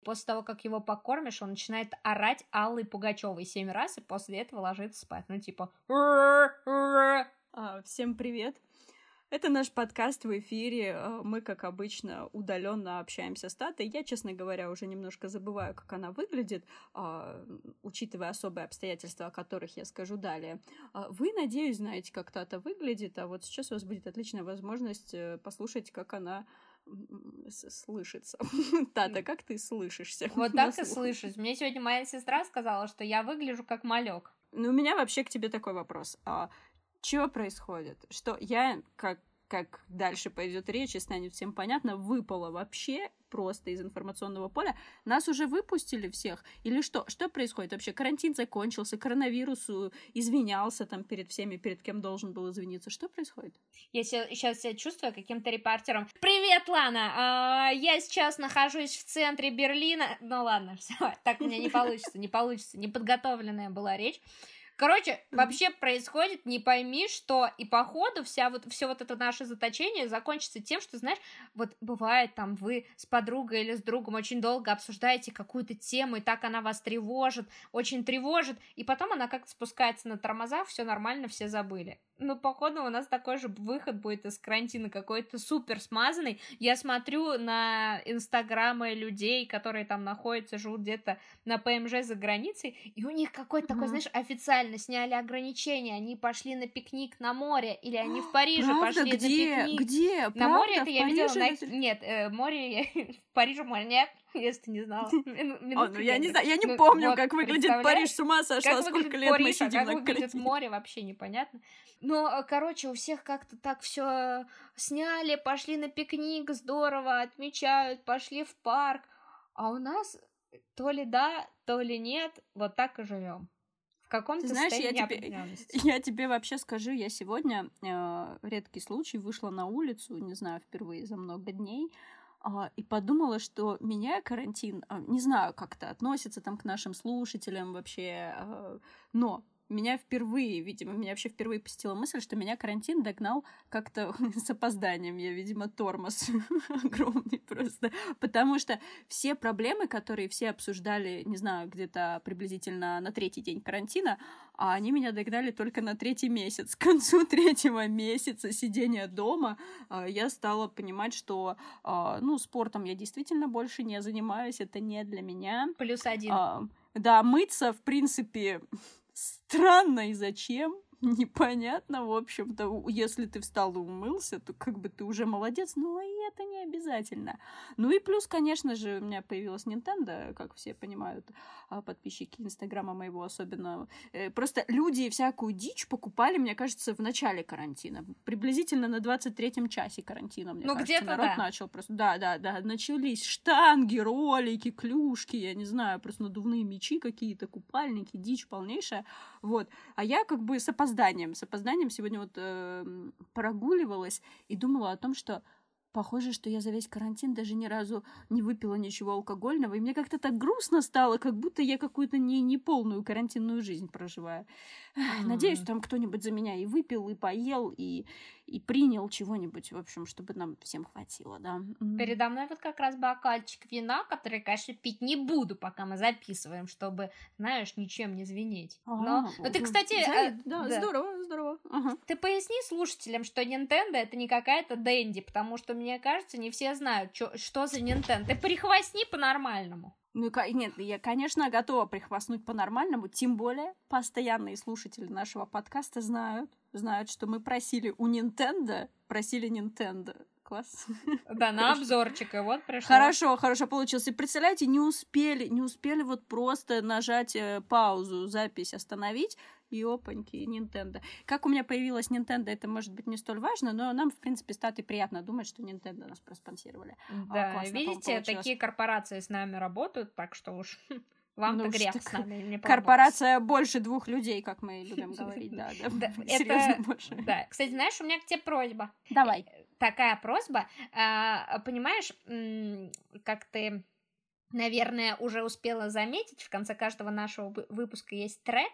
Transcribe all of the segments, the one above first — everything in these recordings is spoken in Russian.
После того, как его покормишь, он начинает орать Аллой Пугачевой 7 раз, и после этого ложится спать. Ну, типа... Всем привет! Это наш подкаст в эфире. Мы, как обычно, удаленно общаемся с Татой. Я, честно говоря, уже немножко забываю, как она выглядит, учитывая особые обстоятельства, о которых я скажу далее. Вы, надеюсь, знаете, как Тата выглядит, а вот сейчас у вас будет отличная возможность послушать, как она слышится. Тата, как ты слышишься? Вот так и слышусь. Мне сегодня моя сестра сказала, что я выгляжу как малек. Ну, у меня вообще к тебе такой вопрос. Что происходит? Что я, как дальше пойдет речь, и станет всем понятно, выпала вообще просто из информационного поля. Нас уже выпустили всех? Или что? Что происходит вообще? Карантин закончился, коронавирус извинялся там перед всеми, перед кем должен был извиниться. Что происходит? Я сейчас себя чувствую каким-то репортером. Привет, Лана! Я сейчас нахожусь в центре Берлина. Ну ладно, все, так у меня не получится. Неподготовленная была речь. Короче, вообще происходит, не пойми, что, и походу все вот это наше заточение закончится тем, что, знаешь, вот бывает там вы с подругой или с другом очень долго обсуждаете какую-то тему, и так она вас тревожит, очень тревожит, и потом она как-то спускается на тормозах, все нормально, все забыли. Ну, походу, у нас такой же выход будет из карантина, какой-то супер смазанный. Я смотрю на инстаграмы людей, которые там находятся, живут где-то на ПМЖ за границей, и у них какой-то такой, знаешь, официально сняли ограничения, они пошли на пикник на море, или они в Париже пошли на пикник. Где? На море это я видела... Нет, море... В Париже море нет. Если ты не знала. Я не знаю, я не помню, как выглядит Париж, с ума сошла, сколько лет мы сидим на карантине. Как выглядит море, вообще непонятно. Но, короче, у всех как-то так все сняли, пошли на пикник, здорово, отмечают, пошли в парк. А у нас то ли да, то ли нет, вот так и живем. В каком-то состоянии неопределенности. Я тебе вообще скажу, я сегодня, редкий случай, вышла на улицу, не знаю, впервые за много дней, и подумала, что меня карантин, не знаю, как-то относится там к нашим слушателям вообще, но меня вообще впервые посетила мысль, что меня карантин догнал как-то с опозданием. Я, видимо, тормоз огромный просто. Потому что все проблемы, которые все обсуждали, не знаю, где-то приблизительно на 3-й день карантина, они меня догнали только на 3-й месяц. К концу 3-го месяца сидения дома я стала понимать, что, спортом я действительно больше не занимаюсь, это не для меня. +1. Да, мыться, в принципе... Странно и зачем? Непонятно, в общем-то. Если ты встал и умылся, то как бы ты уже молодец, но и это не обязательно. Ну и плюс, конечно же, у меня появилась Nintendo, как все понимают, подписчики Инстаграма моего особенно. Просто люди всякую дичь покупали, мне кажется, в начале карантина. Приблизительно на 23-м часе карантина, мне кажется, народ начал просто... Да, начались штанги, ролики, клюшки, я не знаю, просто надувные мечи какие-то, купальники, дичь полнейшая. Вот. А я как бы с опозданием сегодня вот прогуливалась и думала о том, что похоже, что я за весь карантин даже ни разу не выпила ничего алкогольного, и мне как-то так грустно стало, как будто я какую-то не полную карантинную жизнь проживаю. Надеюсь, там кто-нибудь за меня и выпил, и поел, и принял чего-нибудь, в общем, чтобы нам всем хватило, да. Передо мной вот как раз бокальчик вина, который, конечно, пить не буду, пока мы записываем, чтобы, знаешь, ничем не звенеть. Но ты, кстати... Да, здорово. Ага. Ты поясни слушателям, что Nintendo это не какая-то Дэнди, потому что, мне кажется, не все знают, что за Nintendo. Ты прихвастни по-нормальному. Нет, я, конечно, готова прихвастнуть по-нормальному, тем более постоянные слушатели нашего подкаста знают, что мы просили Nintendo. Класс. Да, на обзорчик, и вот пришло. Хорошо получилось. И представляете, не успели вот просто нажать паузу, запись остановить, и опаньки, Nintendo. Как у меня появилась Nintendo, это может быть не столь важно, но нам, в принципе, с Татой приятно думать, что Nintendo нас проспонсировали. Да, классно, видите, такие корпорации с нами работают, так что уж... Вам-то грех с нами не поработать. Корпорация больше 2 людей, как мы любим говорить, да. Серьезно больше. Да, кстати, знаешь, у меня к тебе просьба. Давай. Такая просьба. Понимаешь, как ты, наверное, уже успела заметить, в конце каждого нашего выпуска есть трек.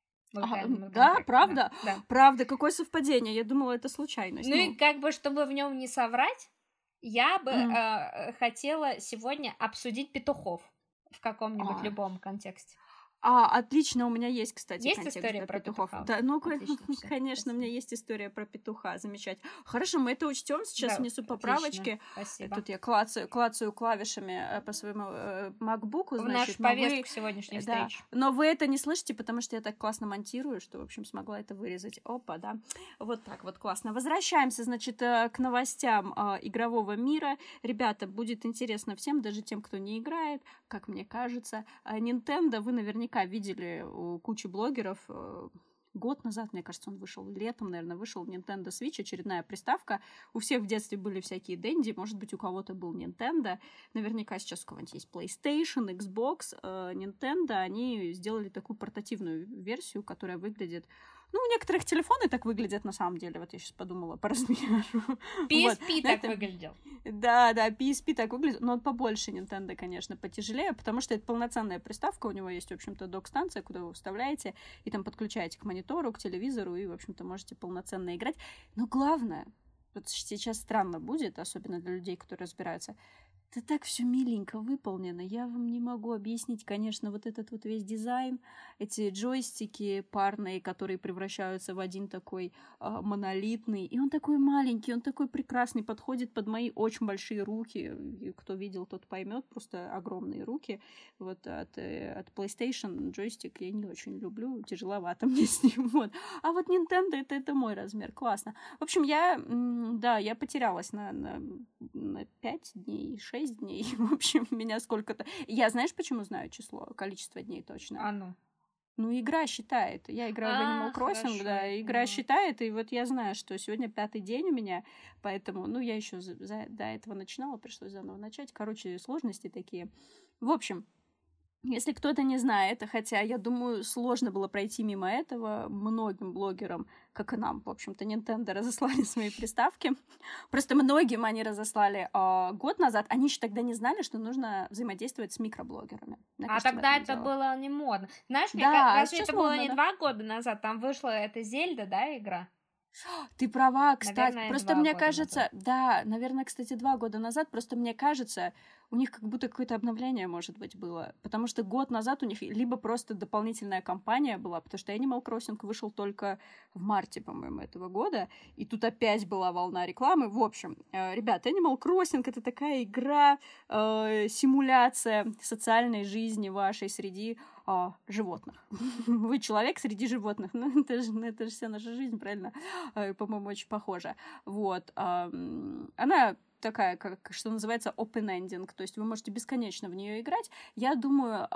Да, правда? Да. Правда, какое совпадение. Я думала, это случайность. Ну и как бы, чтобы в нем не соврать, Я бы хотела сегодня обсудить петухов в каком-нибудь любом контексте. Отлично, у меня есть, кстати, есть контекст история про петухов. петуха? Да, ну, отлично, конечно, у меня есть история про петуха, замечательно. Хорошо, мы это учтем. Сейчас внесу поправочки. Спасибо. Тут я клацаю клавишами по своему MacBook'у, значит. В нашу повестку сегодняшней встречи. Но вы это не слышите, потому что я так классно монтирую, что, в общем, смогла это вырезать. Опа, да. Вот так вот, классно. Возвращаемся, значит, к новостям игрового мира. Ребята, будет интересно всем, даже тем, кто не играет, как мне кажется. Nintendo, вы наверняка видели у кучи блогеров. Год назад, мне кажется, он вышел, летом, наверное, вышел Nintendo Switch, очередная приставка. У всех в детстве были всякие Денди, может быть, у кого-то был Nintendo. Наверняка сейчас у кого-нибудь есть PlayStation, Xbox, Nintendo. Они сделали такую портативную версию, которая выглядит... Ну, у некоторых телефоны так выглядят на самом деле. Вот я сейчас подумала по размеру. PSP так выглядел. Да, PSP так выглядит. Но он побольше Nintendo, конечно, потяжелее, потому что это полноценная приставка. У него есть, в общем-то, док-станция, куда вы вставляете, и там подключаете к монитору, к телевизору, и, в общем-то, можете полноценно играть. Но главное, вот сейчас странно будет, особенно для людей, которые разбираются, это так все миленько выполнено. Я вам не могу объяснить, конечно, вот этот вот весь дизайн, эти джойстики парные, которые превращаются в один такой монолитный. И он такой маленький, он такой прекрасный, подходит под мои очень большие руки. И кто видел, тот поймет, просто огромные руки. Вот от PlayStation джойстик я не очень люблю, тяжеловато мне с ним. Вот. А вот Nintendo это мой размер, классно. В общем, я потерялась на 5 дней, 6 дней. В общем, меня сколько-то... Я знаешь, почему знаю число? Количество дней точно. Ну, игра считает. Я играю в Animal Crossing, да, игра считает, и вот я знаю, что сегодня 5-й день у меня, поэтому, я еще до этого начинала, пришлось заново начать. Короче, сложности такие. В общем, если кто-то не знает, хотя, я думаю, сложно было пройти мимо этого многим блогерам, как и нам, в общем-то, Nintendo разослали свои приставки. Просто многим они разослали год назад. Они еще тогда не знали, что нужно взаимодействовать с микроблогерами. Мне кажется, тогда это было не модно. Знаешь, разве это было не 2 года назад? Там вышла эта Зельда, да, игра? Ты права, кстати. Наверное, просто мне кажется, да, наверное, кстати, 2 года назад, просто мне кажется, у них как будто какое-то обновление, может быть, было. Потому что год назад у них либо просто дополнительная кампания была, потому что Animal Crossing вышел только в марте, по-моему, этого года, и тут опять была волна рекламы. В общем, ребят, Animal Crossing — это такая игра, симуляция социальной жизни вашей среди животных. Вы человек среди животных. Ну, это же вся наша жизнь, правильно? По-моему, очень похожа. Вот. Она такая, как, что называется, open-ending, то есть вы можете бесконечно в нее играть. Я думаю,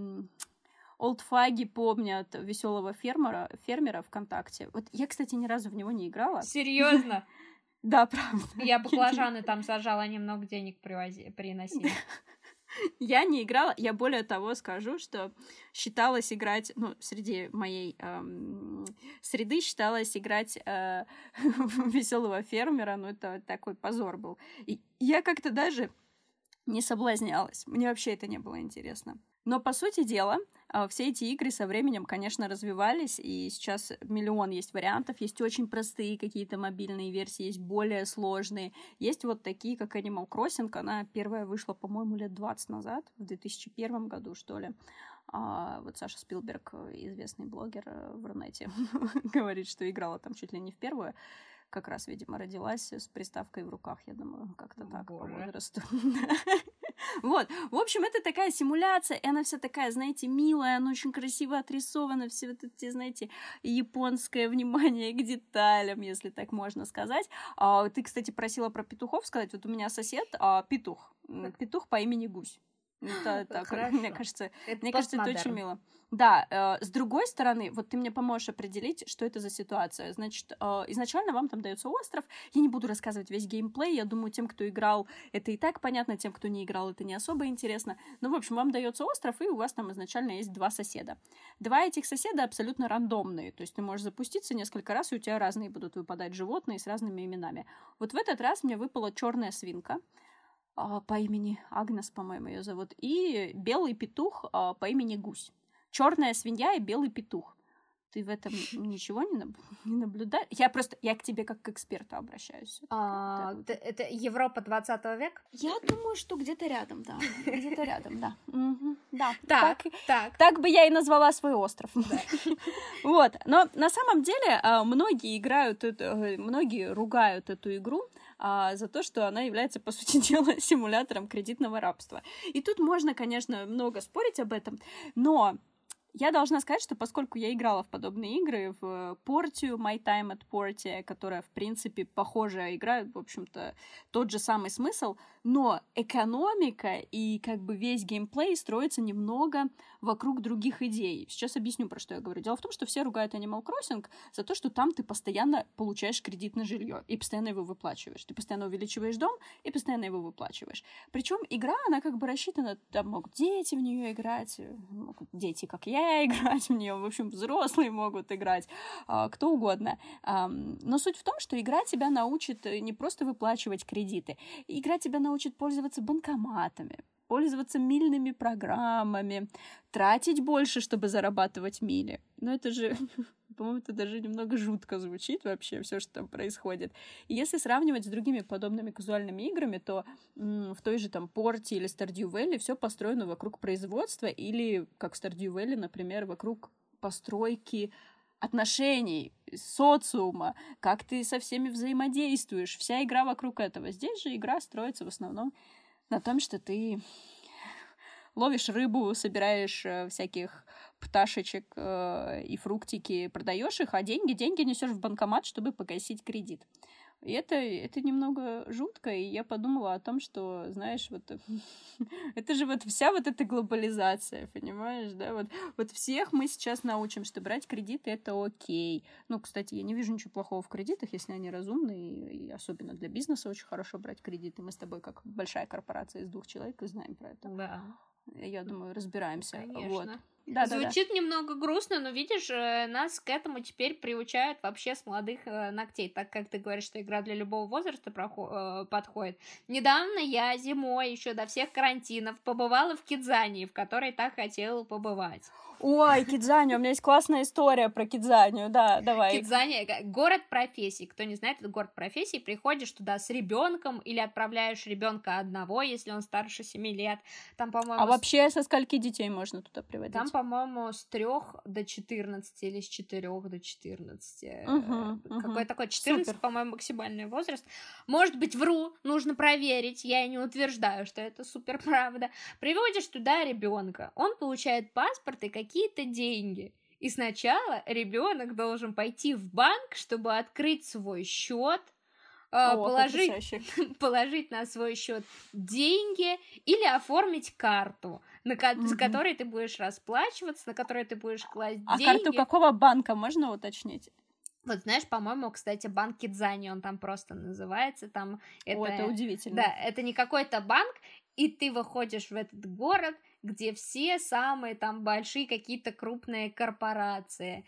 олдфаги помнят веселого фермера ВКонтакте. Вот я, кстати, ни разу в него не играла. Серьезно? Да, правда. Я баклажаны там сажала, они много денег приносили. Я не играла, я более того скажу, что считалось играть, среди моей среды считалось играть в веселого фермера, это такой позор был. И я как-то даже не соблазнялась, мне вообще это не было интересно. Но, по сути дела, все эти игры со временем, конечно, развивались, и сейчас миллион есть вариантов, есть очень простые какие-то мобильные версии, есть более сложные, есть вот такие, как Animal Crossing, она первая вышла, по-моему, лет 20 назад, в 2001 году, что ли. Вот Саша Спилберг, известный блогер в Рунете, говорит, что играла там чуть ли не в первую, как раз, видимо, родилась с приставкой в руках, я думаю, как-то так по возрасту. Вот, в общем, это такая симуляция, и она вся такая, знаете, милая, она очень красиво отрисована, все вот эти, знаете, японское внимание к деталям, если так можно сказать. Ты, кстати, просила про петухов сказать, вот у меня сосед петух по имени Гусь. Это так, мне кажется, это очень мило. Да, с другой стороны, вот ты мне поможешь определить, что это за ситуация. Значит, изначально вам там дается остров. Я не буду рассказывать весь геймплей. Я думаю, тем, кто играл, это и так понятно. Тем, кто не играл, это не особо интересно. Ну, в общем, вам дается остров, и у вас там изначально есть 2 соседа. 2 этих соседа абсолютно рандомные. То есть ты можешь запуститься несколько раз, и у тебя разные будут выпадать животные с разными именами. Вот в этот раз мне выпала черная свинка по имени Агнес, по-моему, ее зовут, и белый петух по имени Гусь. Черная свинья и белый петух. Ты в этом ничего не наблюдаешь? Я к тебе как к эксперту обращаюсь. Это Европа 20 века? Я думаю, что где-то рядом, да. Где-то рядом, да. Да. Так бы я и назвала свой остров. Вот. Но на самом деле многие ругают эту игру за то, что она является, по сути дела, симулятором кредитного рабства. И тут можно, конечно, много спорить об этом, но я должна сказать, что поскольку я играла в подобные игры, в Portia, My Time at Portia, которая, в принципе, похожая игра, в общем-то, тот же самый смысл, но экономика и как бы весь геймплей строится немного вокруг других идей. Сейчас объясню, про что я говорю. Дело в том, что все ругают Animal Crossing за то, что там ты постоянно получаешь кредит на жилье и постоянно его выплачиваешь. Ты постоянно увеличиваешь дом и постоянно его выплачиваешь. Причем игра, она как бы рассчитана, там могут дети в нее играть, могут дети, как я, играть в нее, в общем, взрослые могут играть, кто угодно. Но суть в том, что игра тебя научит не просто выплачивать кредиты, игра тебя научит пользоваться банкоматами, пользоваться мильными программами, тратить больше, чтобы зарабатывать мили. Но это же, по-моему, это даже немного жутко звучит вообще, все, что там происходит. И если сравнивать с другими подобными казуальными играми, то в той же там Порте или Stardew Valley все построено вокруг производства или, как в Stardew Valley, например, вокруг постройки отношений, социума, как ты со всеми взаимодействуешь. Вся игра вокруг этого. Здесь же игра строится в основном на том, что ты ловишь рыбу, собираешь всяких пташечек и фруктики, продаешь их, а деньги несешь в банкомат, чтобы погасить кредит. И это немного жутко, и я подумала о том, что, знаешь, вот это же вот вся вот эта глобализация, понимаешь, да? Вот всех мы сейчас научим, что брать кредиты — это окей. Ну, кстати, я не вижу ничего плохого в кредитах, если они разумные, и особенно для бизнеса очень хорошо брать кредиты. Мы с тобой, как большая корпорация из 2 человек, знаем про это. Да. Я думаю, разбираемся. Конечно. Вот. Звучит немного грустно, но, видишь, нас к этому теперь приучают вообще с молодых ногтей, так как ты говоришь, что игра для любого возраста подходит. Недавно я зимой, еще до всех карантинов, побывала в Кидзании, в которой так хотела побывать. Ой, Кидзанию, у меня есть классная история про Кидзанию, да, давай. Кидзания — город профессий. Кто не знает, это город профессий. Приходишь туда с ребенком или отправляешь ребенка одного, если он старше 7 лет. Там, по-моему, вообще со скольки детей можно туда приводить? Там, по-моему, с 3 до 14 или с 4 до 14. Какой такой 14, супер. По-моему, максимальный возраст. Может быть, вру, нужно проверить. Я и не утверждаю, что это супер правда. Приводишь туда ребенка, он получает паспорт и какие-то деньги. И сначала ребенок должен пойти в банк, чтобы открыть свой счет, положить на свой счет деньги или оформить карту, с которой ты будешь расплачиваться, на которой ты будешь класть деньги. А карту какого банка, можно уточнить? Вот знаешь, по-моему, кстати, банк Кидзани, он там просто называется. Там это удивительно. Да, это не какой-то банк, и ты выходишь в этот город, где все самые там большие какие-то крупные корпорации.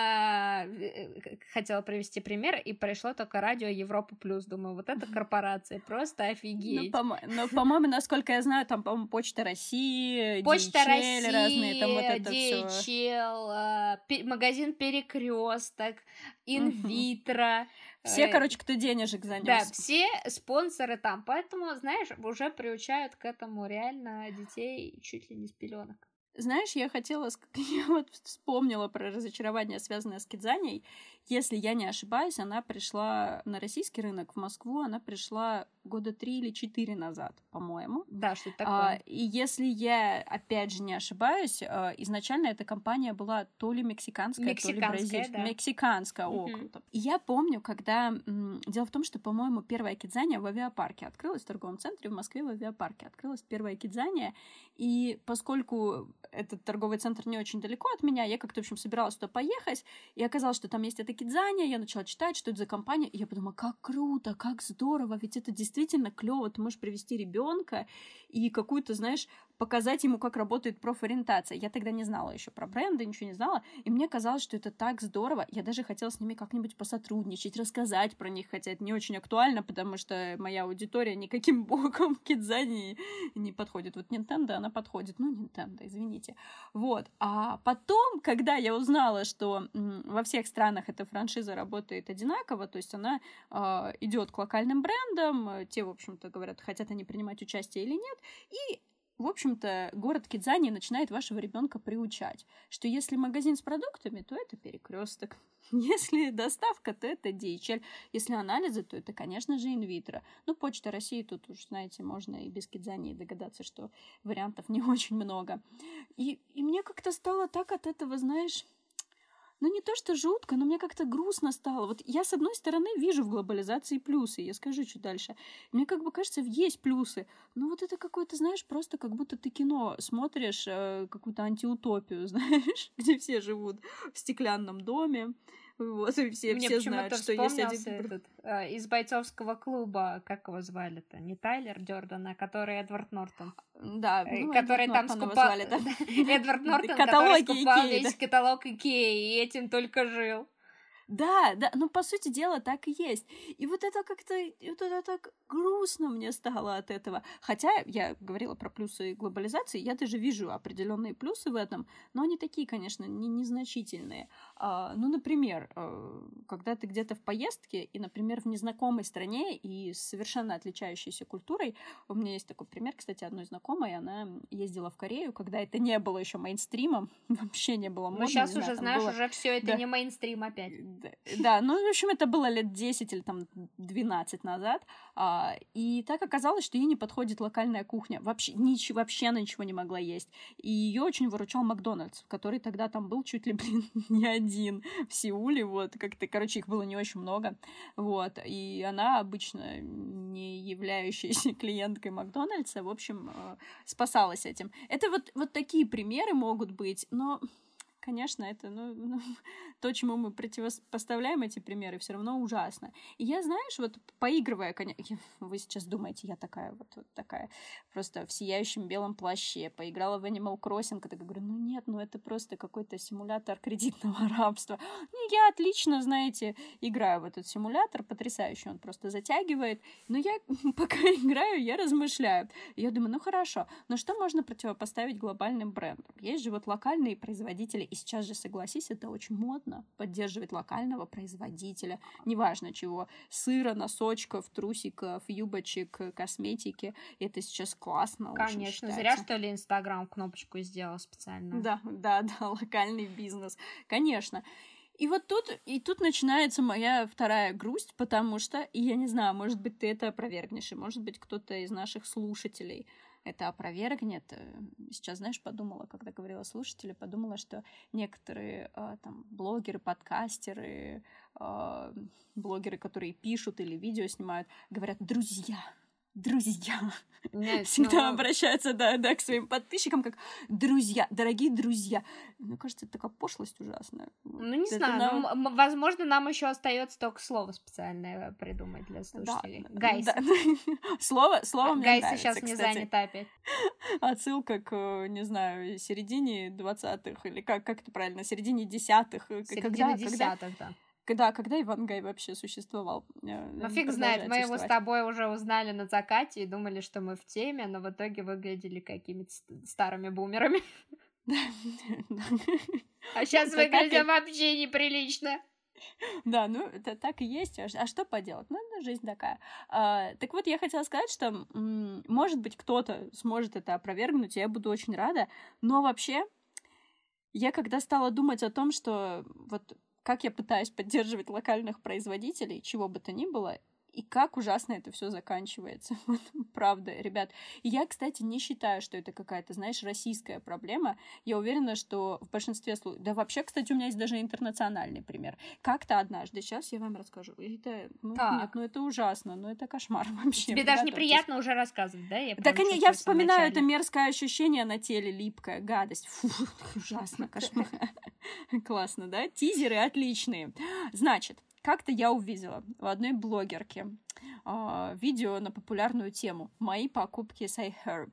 Хотела привести пример, и пришло только радио Европа Плюс. Думаю, вот эта корпорация, просто офигеть. Ну, по-моему, насколько я знаю, там, по-моему, Почта России, Почта DHL России, разные, там вот это DHL, магазин Перекресток, Инвитро. Все, короче, кто денежек занес. Да, все спонсоры там. Поэтому, знаешь, уже приучают к этому реально детей чуть ли не с пеленок. Знаешь, я вот вспомнила про разочарование, связанное с Кидзанией. Если я не ошибаюсь, она пришла на российский рынок, в Москву, она пришла года 3 или 4 назад, по-моему. Да, что-то такое. И если я, опять же, не ошибаюсь, изначально эта компания была то ли мексиканская, то ли бразильская. Да. Мексиканская, круто. И я помню, когда... Дело в том, что, по-моему, первая Кидзания в авиапарке открылась, в торговом центре в Москве в авиапарке открылась первая Кидзания, и поскольку этот торговый центр не очень далеко от меня, я как-то, в общем, собиралась туда поехать, и оказалось, что там есть эта Кидзания, я начала читать, что это за компания, и я подумала, как круто, как здорово, ведь это действительно клево, ты можешь привести ребенка и какую-то, знаешь, показать ему, как работает профориентация. Я тогда не знала еще про бренды, ничего не знала, и мне казалось, что это так здорово. Я даже хотела с ними как-нибудь посотрудничать, рассказать про них, хотя это не очень актуально, потому что моя аудитория никаким боком к Кидзани не подходит. Вот Nintendo, она подходит. Ну, Nintendo, извините. Вот. А потом, когда я узнала, что во всех странах эта франшиза работает одинаково, то есть она идет к локальным брендам, те, в общем-то, говорят, хотят они принимать участие или нет, и в общем-то, город Кидзани начинает вашего ребенка приучать, что если магазин с продуктами, то это Перекресток. Если доставка, то это DHL. Если анализы, то это, конечно же, инвитро. Ну, Почта России, тут уж, знаете, можно и без Кидзани догадаться, что вариантов не очень много. И мне как-то стало так от этого, знаешь... Ну, не то, что жутко, но мне как-то грустно стало. Вот я, с одной стороны, вижу в глобализации плюсы, я скажу чуть дальше. Мне как бы кажется, есть плюсы, но вот это какое-то, знаешь, просто как будто ты кино смотришь, какую-то антиутопию, знаешь, где все живут в стеклянном доме, вот, и все знают, что есть один... из бойцовского клуба, как его звали-то? Не Тайлер Дёрден, а который Эдвард Нортон. Да, который там скупал... Эдвард Нортон, который скупал весь каталог Икеи, и этим только жил. Да, ну, по сути дела, так и есть. И вот это как-то, вот это так грустно мне стало от этого. Хотя я говорила про плюсы глобализации, я даже вижу определенные плюсы в этом, но они такие, конечно, незначительные. Ну, например, когда ты где-то в поездке, и, например, в незнакомой стране и с совершенно отличающейся культурой, у меня есть такой пример, кстати, одной знакомой, она ездила в Корею, когда это не было еще мейнстримом, вообще не было модно. Ну, сейчас уже, знаешь, уже все это не мейнстрим опять. Да, ну, в общем, это было лет 10 или там 12 назад, и так оказалось, что ей не подходит локальная кухня, вообще она ничего не могла есть, и ее очень выручал Макдональдс, который тогда там был чуть ли, не один в Сеуле, вот, как-то, короче, их было не очень много, вот, и она обычно не являющаяся клиенткой Макдональдса, в общем, спасалась этим. Это вот такие примеры могут быть, но... Конечно, это, то, чему мы противопоставляем эти примеры, все равно ужасно. И я, знаешь, вот поигрывая, вы сейчас думаете, я такая вот такая, просто в сияющем белом плаще, поиграла в Animal Crossing, и говорю, нет, это просто какой-то симулятор кредитного рабства. Ну, я отлично, знаете, играю в этот симулятор, потрясающе, он просто затягивает, но я пока играю, я размышляю. И я думаю, хорошо, но что можно противопоставить глобальным брендам? Есть же вот локальные производители, и сейчас же, согласись, это очень модно поддерживать локального производителя, неважно чего, сыра, носочков, трусиков, юбочек, косметики. Это сейчас классно. Конечно, зря, что ли, Инстаграм кнопочку сделал специально. Да, локальный бизнес. Конечно. И вот тут начинается моя вторая грусть, потому что, и я не знаю, может быть, ты это опровергнешь, и может быть, кто-то из наших слушателей это опровергнет. Сейчас, знаешь, подумала, когда говорила слушатели, подумала, что некоторые там блогеры, подкастеры, блогеры, которые пишут или видео снимают, говорят «друзья». Всегда обращаются, да, к своим подписчикам, как друзья, дорогие друзья. Мне кажется, это такая пошлость ужасная. Ну, не знаю, возможно, нам еще остается только слово специальное придумать для слушателей. Гайсы. Слово мне нравится, Гайсы сейчас не заняты опять. Отсылка к, не знаю, середине 20-х, или как это правильно, середине 10-х. Середина 10-х, да. Когда Ивангай вообще существовал? Ну, фиг знает, мы его с тобой уже узнали на закате и думали, что мы в теме, но в итоге выглядели какими-то старыми бумерами. А сейчас выглядим вообще неприлично. Да, это так и есть. А что поделать? Жизнь такая. Так вот, я хотела сказать, что, может быть, кто-то сможет это опровергнуть, и я буду очень рада, но вообще, я когда стала думать о том, что вот как я пытаюсь поддерживать локальных производителей, чего бы то ни было, и как ужасно это все заканчивается. Правда, ребят. И я, кстати, не считаю, что это какая-то, знаешь, российская проблема. Я уверена, что в большинстве случаев... Да вообще, кстати, у меня есть даже интернациональный пример. Как-то однажды, сейчас я вам расскажу. Это, нет, это ужасно, это кошмар вообще. Тебе даже неприятно уже рассказывать, да? Я вспоминаю это мерзкое ощущение на теле, липкая гадость. Фу, ужасно, кошмар. Классно, да? Тизеры отличные. Значит, как-то я увидела у одной блогерки видео на популярную тему «Мои покупки с iHerb».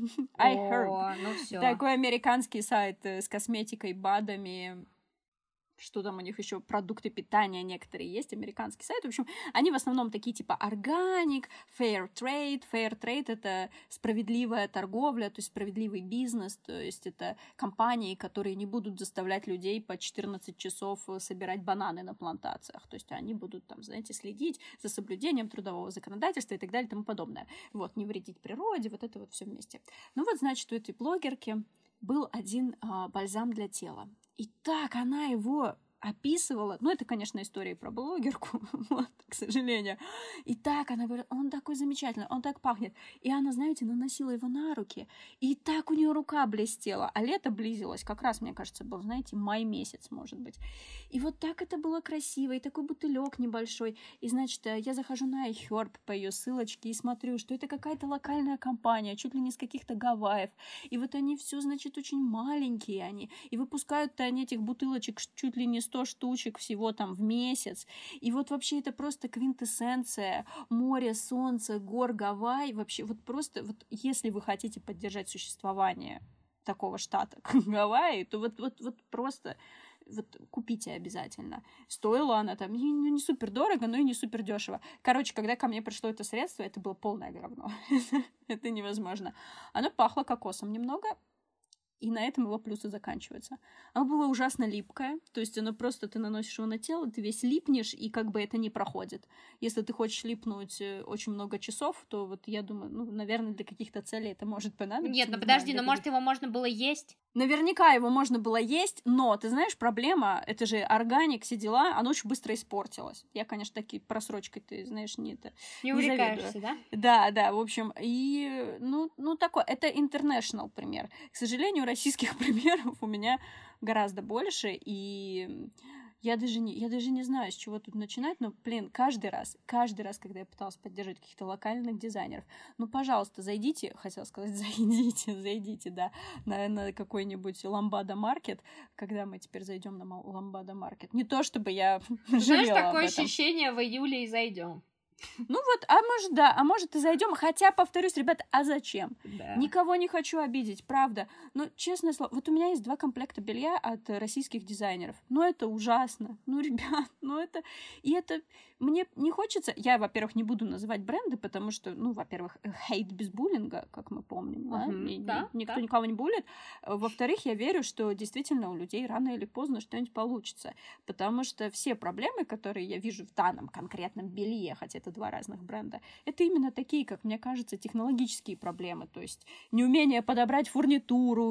Ну всё. Такой американский сайт с косметикой, БАДами, что там у них еще, продукты питания некоторые есть, американский сайт. В общем, они в основном такие типа органик, fair trade. Fair trade — это справедливая торговля, то есть справедливый бизнес, то есть это компании, которые не будут заставлять людей по 14 часов собирать бананы на плантациях. То есть они будут там, знаете, следить за соблюдением трудового законодательства и так далее и тому подобное. Вот, не вредить природе, вот это вот все вместе. Ну вот, значит, у этой блогерки был один бальзам для тела. И так она его описывала, ну, это, конечно, история про блогерку, вот, к сожалению. И так она говорит, он такой замечательный, он так пахнет. И она, знаете, наносила его на руки, и так у нее рука блестела, а лето близилось, как раз, мне кажется, был, знаете, май месяц, может быть. И вот так это было красиво, и такой бутылек небольшой. И, значит, я захожу на iHerb по ее ссылочке и смотрю, что это какая-то локальная компания, чуть ли не с каких-то Гавайев. И вот они все, значит, очень маленькие они. И выпускают-то они этих бутылочек чуть ли не 100 штучек всего там в месяц. И вот вообще это просто квинтэссенция море, солнце, гор, Гавайи. Вообще вот просто, вот если вы хотите поддержать существование такого штата, как Гавайи, то вот просто вот купите обязательно. Стоила она там не супер дорого, но и не супер дешево. Короче, когда ко мне пришло это средство, это было полное говно. Это невозможно. Оно пахло кокосом немного, и на этом его плюсы заканчиваются. Оно было ужасно липкое, то есть оно просто, ты наносишь его на тело, ты весь липнешь, и как бы это не проходит. Если ты хочешь липнуть очень много часов, то вот я думаю, ну, наверное, для каких-то целей это может понадобиться. Нет, ну подожди, но может его можно было есть? Наверняка его можно было есть, но, ты знаешь, проблема, это же органик, все дела, оно очень быстро испортилось. Я, конечно, такие просрочкой, ты знаешь, не увлекаешься, да? Да, в общем, и, ну, такой, это international пример. К сожалению, российских примеров у меня гораздо больше, и я даже не знаю, с чего тут начинать, но, блин, каждый раз, когда я пыталась поддерживать каких-то локальных дизайнеров, ну, пожалуйста, зайдите, хотела сказать, зайдите, да, на какой-нибудь Ламбада Маркет, когда мы теперь зайдем на Ламбада Маркет. Не то, чтобы я жалела Знаешь, такое об этом. ощущение, в июле и зайдем. Ну вот, а может, да, а может и зайдем. Хотя, повторюсь, ребята, а зачем? Да. Никого не хочу обидеть, правда. Но, честное слово, вот у меня есть 2 комплекта белья от российских дизайнеров. Ну, это ужасно. Ну, ребят, ну это... И это... Мне не хочется... Я, во-первых, не буду называть бренды, потому что, ну, во-первых, хейт без буллинга, как мы помним, да? Никто никого не буллит. Во-вторых, я верю, что действительно у людей рано или поздно что-нибудь получится. Потому что все проблемы, которые я вижу в данном конкретном белье, хотя это 2 разных бренда, это именно такие, как мне кажется, технологические проблемы. То есть неумение подобрать фурнитуру,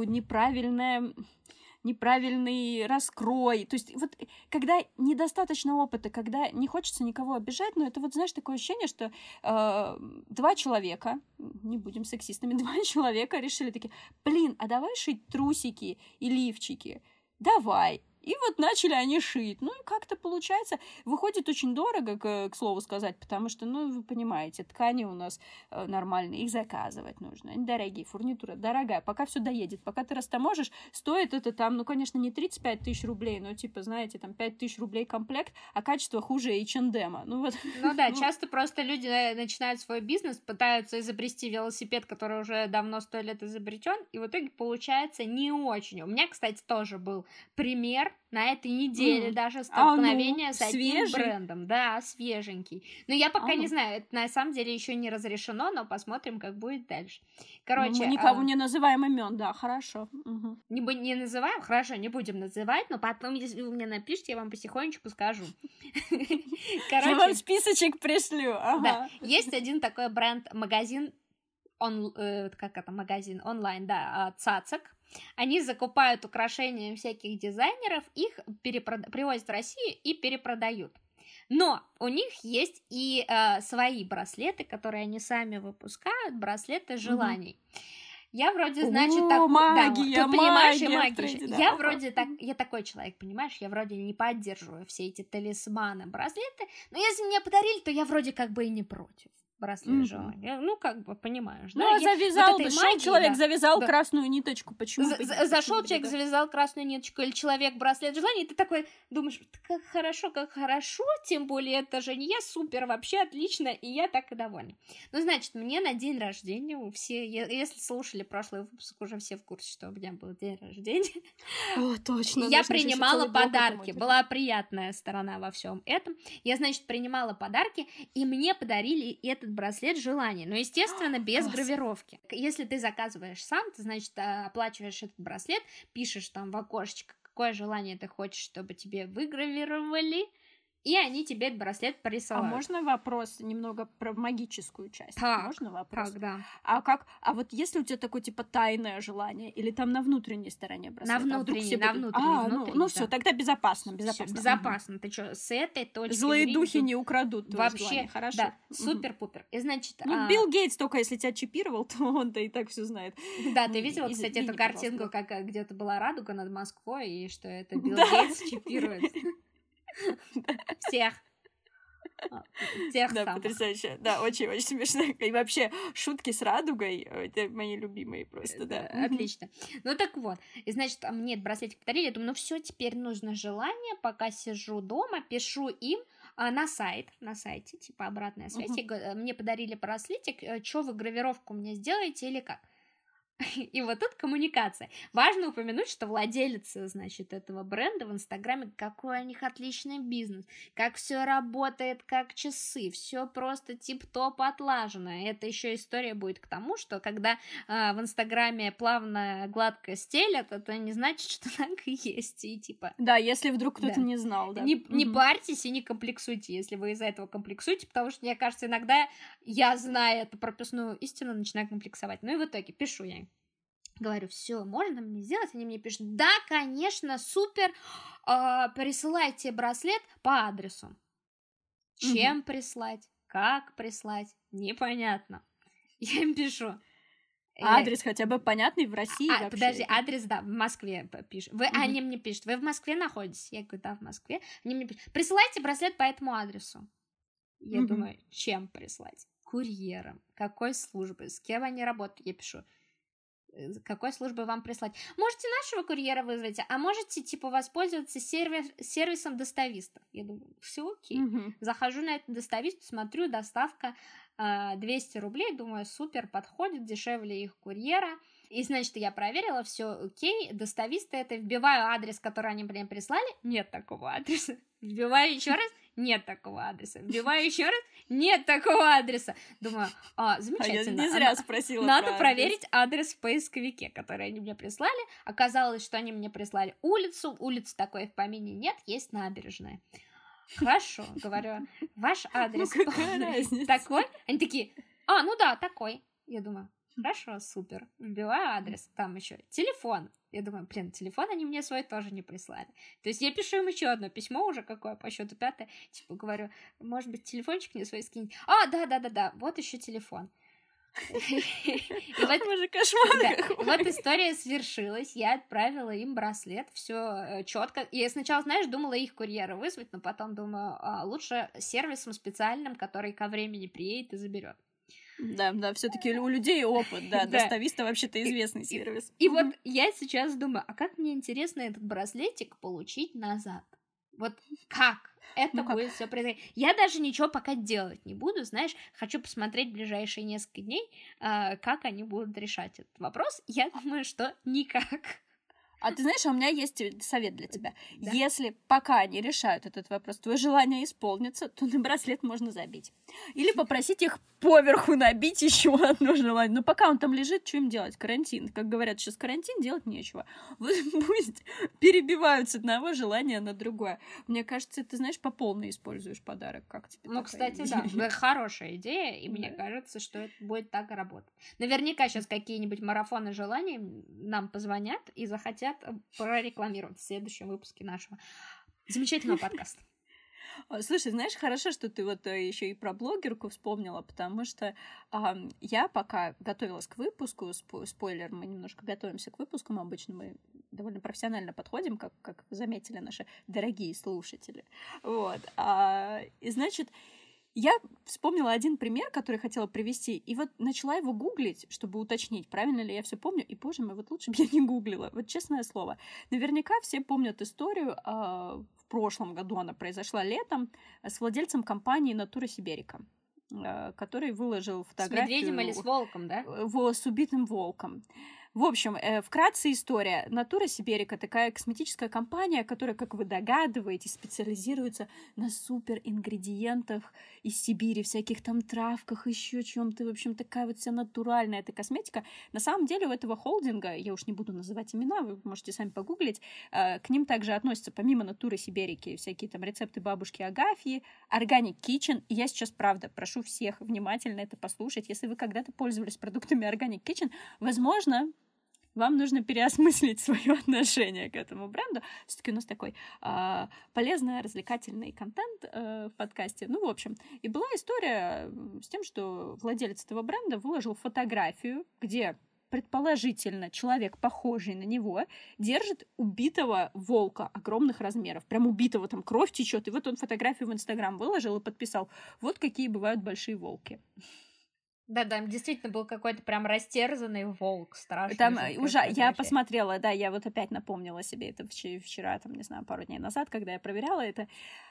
неправильный раскрой. То есть вот когда недостаточно опыта, когда не хочется никого обижать, но это вот, знаешь, такое ощущение, что 2 человека, не будем сексистами, 2 человека решили такие, блин, а давай шить трусики и лифчики? Давай. И вот начали они шить. Ну, и как-то получается. Выходит очень дорого, к слову сказать, потому что, ну, вы понимаете, ткани у нас нормальные, их заказывать нужно. Они дорогие, фурнитура дорогая. Пока все доедет, пока ты растаможишь, стоит это там, ну, конечно, не 35 тысяч рублей, но, типа, знаете, там 5 тысяч рублей комплект, а качество хуже H&M. Ну, вот. Ну да, часто просто люди начинают свой бизнес, пытаются изобрести велосипед, который уже давно 100 лет изобретен, и в итоге получается не очень. У меня, кстати, тоже был пример на этой неделе даже столкновение с одним брендом. Да, свеженький. Но я пока не знаю, это на самом деле еще не разрешено, но посмотрим, как будет дальше. Короче, мы никого не называем имен, да, хорошо. Не называем, хорошо, не будем называть, но потом, если вы мне напишите, я вам потихонечку скажу. Я вам списочек пришлю. Да, есть один такой бренд, магазин онлайн, да, Цацак. Они закупают украшения всяких дизайнеров, их привозят в Россию и перепродают. Но у них есть и свои браслеты, которые они сами выпускают, браслеты желаний. Я вроде, значит, так... магия, да, ты понимаешь, магия. Да. Я вроде так... Я такой человек, понимаешь? Я вроде не поддерживаю все эти талисманы, браслеты, но если мне подарили, то я вроде как бы и не против. браслет желания. Ну, как бы, понимаешь, ну, да? завязал, вот шел человек, да. завязал да. красную ниточку. Почему? Зашел человек, завязал красную ниточку, или человек браслет желания, и ты такой думаешь, как хорошо, тем более это же не я, супер, вообще отлично, и я так и довольна. Ну, значит, мне на день рождения, все, если слушали прошлый выпуск, уже все в курсе, что у меня был день рождения. О, точно. Я принимала подарки, была приятная сторона во всем этом. Я, значит, принимала подарки, и мне подарили этот браслет желания, но, естественно, без гравировки. Если ты заказываешь сам, ты, значит, оплачиваешь этот браслет, пишешь там в окошечко, какое желание ты хочешь, чтобы тебе выгравировали, и они тебе этот браслет присылают. А можно вопрос немного про магическую часть? Можно вопрос? Так, да. А вот если у тебя такое, типа, тайное желание, или там на внутренней стороне браслета? На внутренней. Ну все, тогда безопасно. Безопасно. Ты что, с этой точки злые духи не украдут вообще желание, хорошо? Да, супер-пупер. И значит... Ну, Билл Гейтс только если тебя чипировал, то он-то и так все знает. Да, ты видела, кстати, эту картинку, как где-то была радуга над Москвой, и что это Билл Гейтс чипирует всех. Да, потрясающе. Да, очень-очень смешно. И вообще, шутки с радугой, это мои любимые просто, да. Отлично. Ну так вот. И значит, мне браслетик подарили. Я думаю, ну все, теперь нужно желание. Пока сижу дома, пишу им на сайте, типа обратная связь. Мне подарили браслетик, что вы гравировку мне сделаете или как? И вот тут коммуникация. Важно упомянуть, что владелица, значит, этого бренда в Инстаграме, какой у них отличный бизнес, как все работает как часы, все просто тип-топ отлажено. Это еще история будет к тому, что когда в Инстаграме плавно, гладко стелят, это не значит, что так и есть. И типа... Да, если вдруг кто-то не знал, да. Не парьтесь и не комплексуйте, если вы из-за этого комплексуете, потому что, мне кажется, иногда я, зная эту прописную истину, начинаю комплексовать. Ну и в итоге пишу я им. Говорю, все, можно мне сделать? Они мне пишут, да, конечно, супер, присылайте браслет по адресу. Чем прислать? Как прислать? Непонятно. Я им пишу. Адрес хотя бы понятный в России вообще. Подожди, адрес, да, в Москве пишут. Они мне пишут, вы в Москве находитесь? Я говорю, да, в Москве. Они мне пишут, присылайте браслет по этому адресу. Я думаю, чем прислать? Курьером. Какой службы? С кем они работают? Я пишу, какой службы вам прислать? Можете нашего курьера вызвать, а можете, типа, воспользоваться сервисом достависта. Я думаю, все окей. Захожу на этот доставист, смотрю, доставка 200 рублей, думаю, супер, подходит, дешевле их курьера. И, значит, я проверила, все окей, достависты это, вбиваю адрес, который они мне прислали, нет такого адреса. Вбиваю еще раз, нет такого адреса. Вбиваю еще раз, нет такого адреса. Думаю, замечательно. Я не зря спросила. Надо проверить адрес в поисковике, который они мне прислали. Оказалось, что они мне прислали улицу. Улицы такой в помине нет, есть набережная. Хорошо, говорю, ваш адрес такой? Они такие, ну да, такой. Я думаю, хорошо, супер. Вбиваю адрес, там еще телефон. Я думаю, телефон они мне свой тоже не прислали. То есть я пишу им еще одно письмо уже, какое по счету 5, типа говорю, может быть, телефончик мне свой скинь. Да, вот еще телефон. Вот история свершилась, я отправила им браслет, все четко. Я сначала, знаешь, думала их курьера вызвать, но потом думаю, лучше сервисом специальным, который ко времени приедет и заберет. Да, все-таки у людей опыт, да, достависта вообще-то известный сервис. И вот я сейчас думаю, а как мне интересно этот браслетик получить назад? Вот как это будет все происходить? Я даже ничего пока делать не буду, знаешь, хочу посмотреть в ближайшие несколько дней, как они будут решать этот вопрос. Я думаю, что никак. А ты знаешь, у меня есть совет для тебя. Да? Если пока они решают этот вопрос, твое желание исполнится, то на браслет можно забить. Или попросить их поверху набить еще одно желание. Но пока он там лежит, что им делать? Карантин. Как говорят, сейчас карантин, делать нечего. Вот пусть перебивают с одного желания на другое. Мне кажется, ты, знаешь, по полной используешь подарок. Как тебе такая кстати, идея? Да, хорошая идея, и мне кажется, что это будет так и работать. Наверняка сейчас какие-нибудь марафоны желаний нам позвонят и захотят прорекламировать в следующем выпуске нашего замечательного подкаста. Слушай, знаешь, хорошо, что ты вот еще и про блогерку вспомнила, потому что я пока готовилась к выпуску, спойлер, мы немножко готовимся к выпускам, обычно мы довольно профессионально подходим, как заметили наши дорогие слушатели. Вот. И значит, Я вспомнила один пример, который хотела привести, и вот начала его гуглить, чтобы уточнить, правильно ли я все помню, и, боже мой, вот лучше бы я не гуглила, вот честное слово. Наверняка все помнят историю, в прошлом году она произошла летом, с владельцем компании «Натура Сиберика», который выложил фотографию... С медведем или с волком, да? С убитым волком. В общем, вкратце история. «Натура Сиберика» — такая косметическая компания, которая, как вы догадываетесь, специализируется на суперингредиентах из Сибири, всяких там травках, еще чем-то. В общем, такая вот вся натуральная эта косметика. На самом деле у этого холдинга, я уж не буду называть имена, вы можете сами погуглить, к ним также относятся, помимо «Натуры Сиберики», всякие там рецепты бабушки Агафьи, Organic Kitchen. И я сейчас, правда, прошу всех внимательно это послушать. Если вы когда-то пользовались продуктами Organic Kitchen, возможно, вам нужно переосмыслить свое отношение к этому бренду. Все-таки у нас такой полезный, развлекательный контент в подкасте. Ну, в общем, и была история с тем, что владелец этого бренда выложил фотографию, где предположительно человек, похожий на него, держит убитого волка огромных размеров. Прям убитого, там кровь течет. И вот он фотографию в Инстаграм выложил и подписал: вот какие бывают большие волки. Да, там действительно был какой-то прям растерзанный волк, страшный. Там уже я посмотрела, да, я вот опять напомнила себе это вчера, там, не знаю, пару дней назад, когда я проверяла это.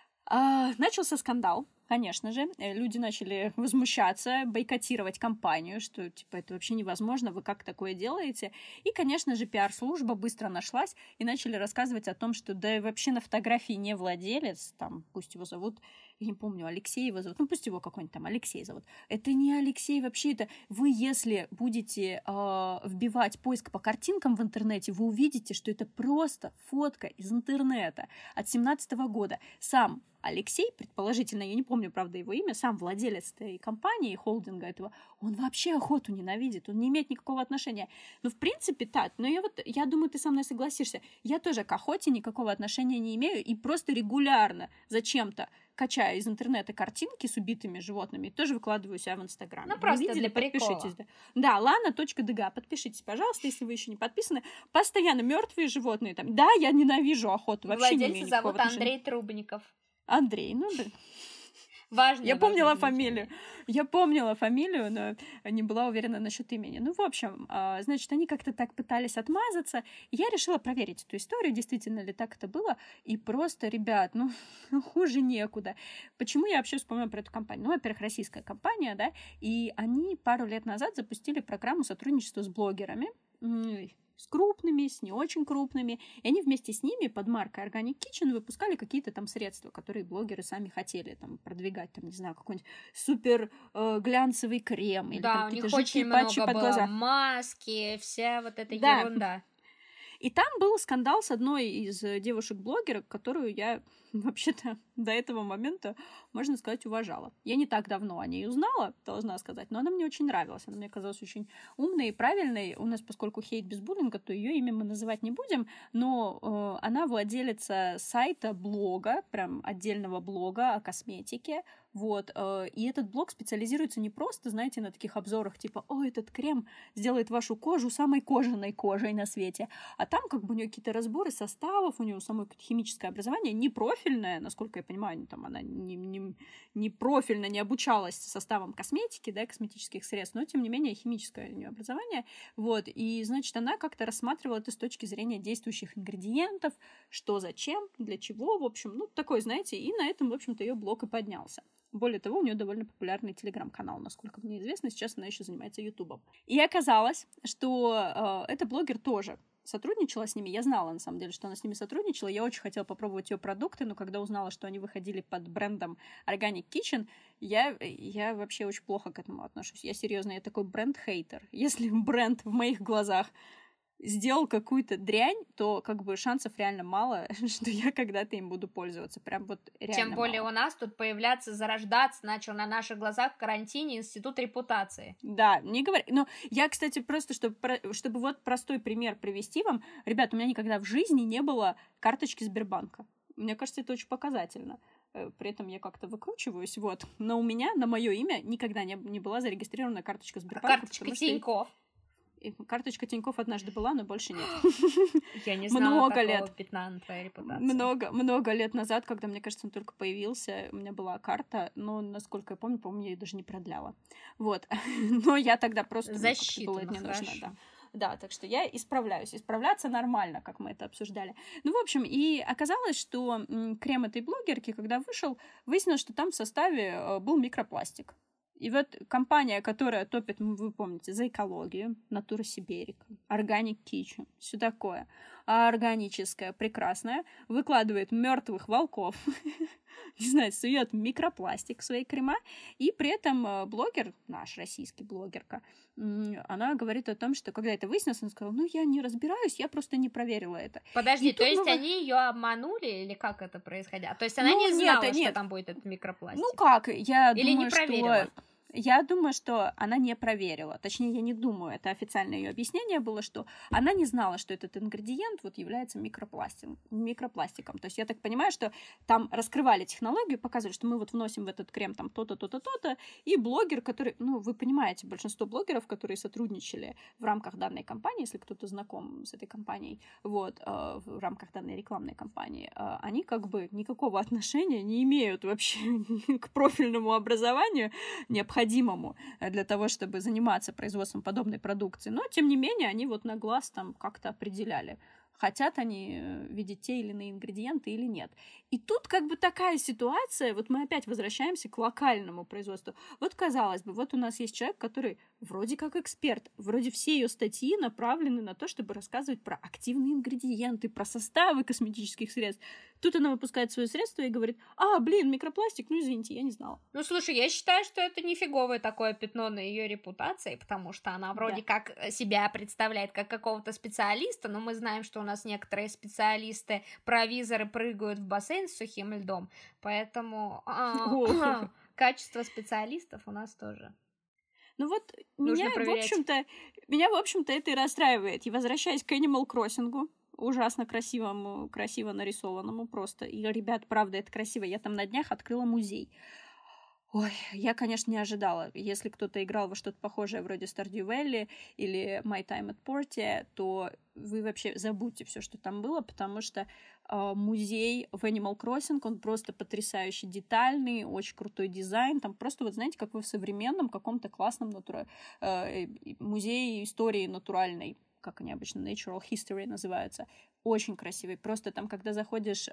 Начался скандал, конечно же. Люди начали возмущаться, бойкотировать компанию, что, типа, это вообще невозможно, вы как такое делаете? И, конечно же, пиар-служба быстро нашлась и начали рассказывать о том, что да вообще на фотографии не владелец, там, пусть его зовут, я не помню, Алексей его зовут, ну, пусть его какой-нибудь там Алексей зовут. Это не Алексей вообще, это вы, если будете вбивать поиск по картинкам в интернете, вы увидите, что это просто фотка из интернета от 2017 года. Сам Алексей, предположительно, я не помню, правда, его имя, сам владелец этой компании, холдинга этого, он вообще охоту ненавидит, он не имеет никакого отношения. Ну, в принципе, так, но я думаю, ты со мной согласишься, я тоже к охоте никакого отношения не имею и просто регулярно зачем-то качаю из интернета картинки с убитыми животными и тоже выкладываю себя в Инстаграм. Ну, просто видели, для прикола. Подпишитесь. Да, lana.dg, подпишитесь, пожалуйста, если вы еще не подписаны. Постоянно мертвые животные там. Да, я ненавижу охоту, вообще не имею никакого отношения. Владельца зовут Андрей Трубников. Андрей, ну да. Важно. Я помнила фамилию. Я помнила фамилию, но не была уверена насчет имени. Ну, в общем, значит, они как-то так пытались отмазаться. И я решила проверить эту историю, действительно ли так это было. И просто, ребят, ну, хуже некуда. Почему я вообще вспомнила про эту компанию? Ну, во-первых, российская компания, да, и они пару лет назад запустили программу сотрудничества с блогерами, с крупными, с не очень крупными. И они вместе с ними под маркой Organic Kitchen выпускали какие-то там средства, которые блогеры сами хотели там продвигать, там, не знаю, какой-нибудь супер глянцевый крем или да, там у них какие-то очень жидкие патчи много под глаза. Маски, вся вот эта да. ерунда. И там был скандал с одной из девушек-блогерок, которую я вообще-то до этого момента, можно сказать, уважала. Я не так давно о ней узнала, должна сказать, но она мне очень нравилась. Она мне казалась очень умной и правильной. У нас, поскольку хейт без буллинга, то ее имя мы называть не будем, но она владелица сайта, блога, прям отдельного блога о косметике. Вот. И этот блог специализируется не просто, знаете, на таких обзорах, типа, о, этот крем сделает вашу кожу самой кожаной кожей на свете. А там как бы у нее какие-то разборы составов, у нее самое химическое образование, не профильное, насколько я понимаю, там она не профильно не обучалась составом косметики, да, косметических средств, но, тем не менее, химическое у нее образование. Вот. И, значит, она как-то рассматривала это с точки зрения действующих ингредиентов, что, зачем, для чего, в общем, ну, такой, знаете, и на этом, в общем-то, ее блог и поднялся. Более того, у нее довольно популярный телеграм-канал, насколько мне известно. Сейчас она еще занимается ютубом. И оказалось, что эта блогер тоже сотрудничала с ними. Я знала, на самом деле, что она с ними сотрудничала. Я очень хотела попробовать ее продукты, но когда узнала, что они выходили под брендом Organic Kitchen, я вообще очень плохо к этому отношусь. Я серьезно, я такой бренд-хейтер. Если бренд в моих глазах сделал какую-то дрянь, то как бы шансов реально мало, что я когда-то им буду пользоваться. Прям вот реально Тем более мало. У нас тут появляться, зарождаться начал на наших глазах в карантине институт репутации. Да, не говори. Но я, кстати, просто, чтобы вот простой пример привести вам. Ребят, у меня никогда в жизни не было карточки Сбербанка. Мне кажется, это очень показательно. При этом я как-то выкручиваюсь, вот. Но у меня на мое имя никогда не была зарегистрирована карточка Сбербанка. Карточка Тинькофф. Карточка Тинькофф однажды была, но больше нет. Я не знала такого пятна на твоей репутации. Много лет назад, когда, мне кажется, он только появился, у меня была карта, но, насколько я помню, я ее даже не продляла. Вот. Но я тогда просто... Засчитано, было хорошо. Нужно, да. Да, так что я исправляюсь. Исправляться нормально, как мы это обсуждали. Ну, в общем, и оказалось, что крем этой блогерки, когда вышел, выяснилось, что там в составе был микропластик. И вот компания, которая топит, вы помните, за экологию, Natura Siberica, Organic Kitchen, все такое, органическое, прекрасное, выкладывает мертвых волков, не знаю, сует микропластик в свои крема, и при этом блогер, наш российский блогерка, она говорит о том, что когда это выяснилось, она сказала, ну, я не разбираюсь, я просто не проверила это. Подожди, то есть они ее обманули, или как это происходило? То есть она не знала, что там будет этот микропластик? Ну как, я или думаю, не проверила? Что... Я думаю, что она не проверила. Точнее, я не думаю, это официальное ее объяснение было, что она не знала, что этот ингредиент вот является микропластиком. То есть я так понимаю, что там раскрывали технологию, показывали, что мы вот вносим в этот крем там то-то, то-то, то-то, и блогер, который, ну, вы понимаете, большинство блогеров, которые сотрудничали в рамках данной кампании, если кто-то знаком с этой компанией, вот, в рамках данной рекламной кампании, они как бы никакого отношения не имеют вообще к профильному образованию, необходимому для того, чтобы заниматься производством подобной продукции. Но, тем не менее, они вот на глаз там как-то определяли, хотят они видеть те или иные ингредиенты или нет. И тут как бы такая ситуация, вот мы опять возвращаемся к локальному производству. Вот, казалось бы, вот у нас есть человек, который вроде как эксперт, вроде все ее статьи направлены на то, чтобы рассказывать про активные ингредиенты, про составы косметических средств. Тут она выпускает свое средство и говорит, микропластик, ну извините, я не знала. Ну, слушай, я считаю, что это нифиговое такое пятно на ее репутации, потому что она вроде как себя представляет как какого-то специалиста, но мы знаем, что у нас некоторые специалисты, провизоры прыгают в бассейн с сухим льдом, поэтому качество специалистов у нас тоже. Ну вот меня, в общем-то, это и расстраивает. И возвращаясь к Animal Crossing, ужасно красиво нарисованному просто. И, ребят, правда, это красиво. Я там на днях открыла музей. Ой, я, конечно, не ожидала. Если кто-то играл во что-то похожее вроде Stardew Valley или My Time at Portia, то вы вообще забудьте все, что там было, потому что музей в Animal Crossing, он просто потрясающе детальный, очень крутой дизайн. Там просто, вот знаете, как вы в современном каком-то классном музее истории натуральной, как они обычно, Natural History называются. Очень красивый. Просто там, когда заходишь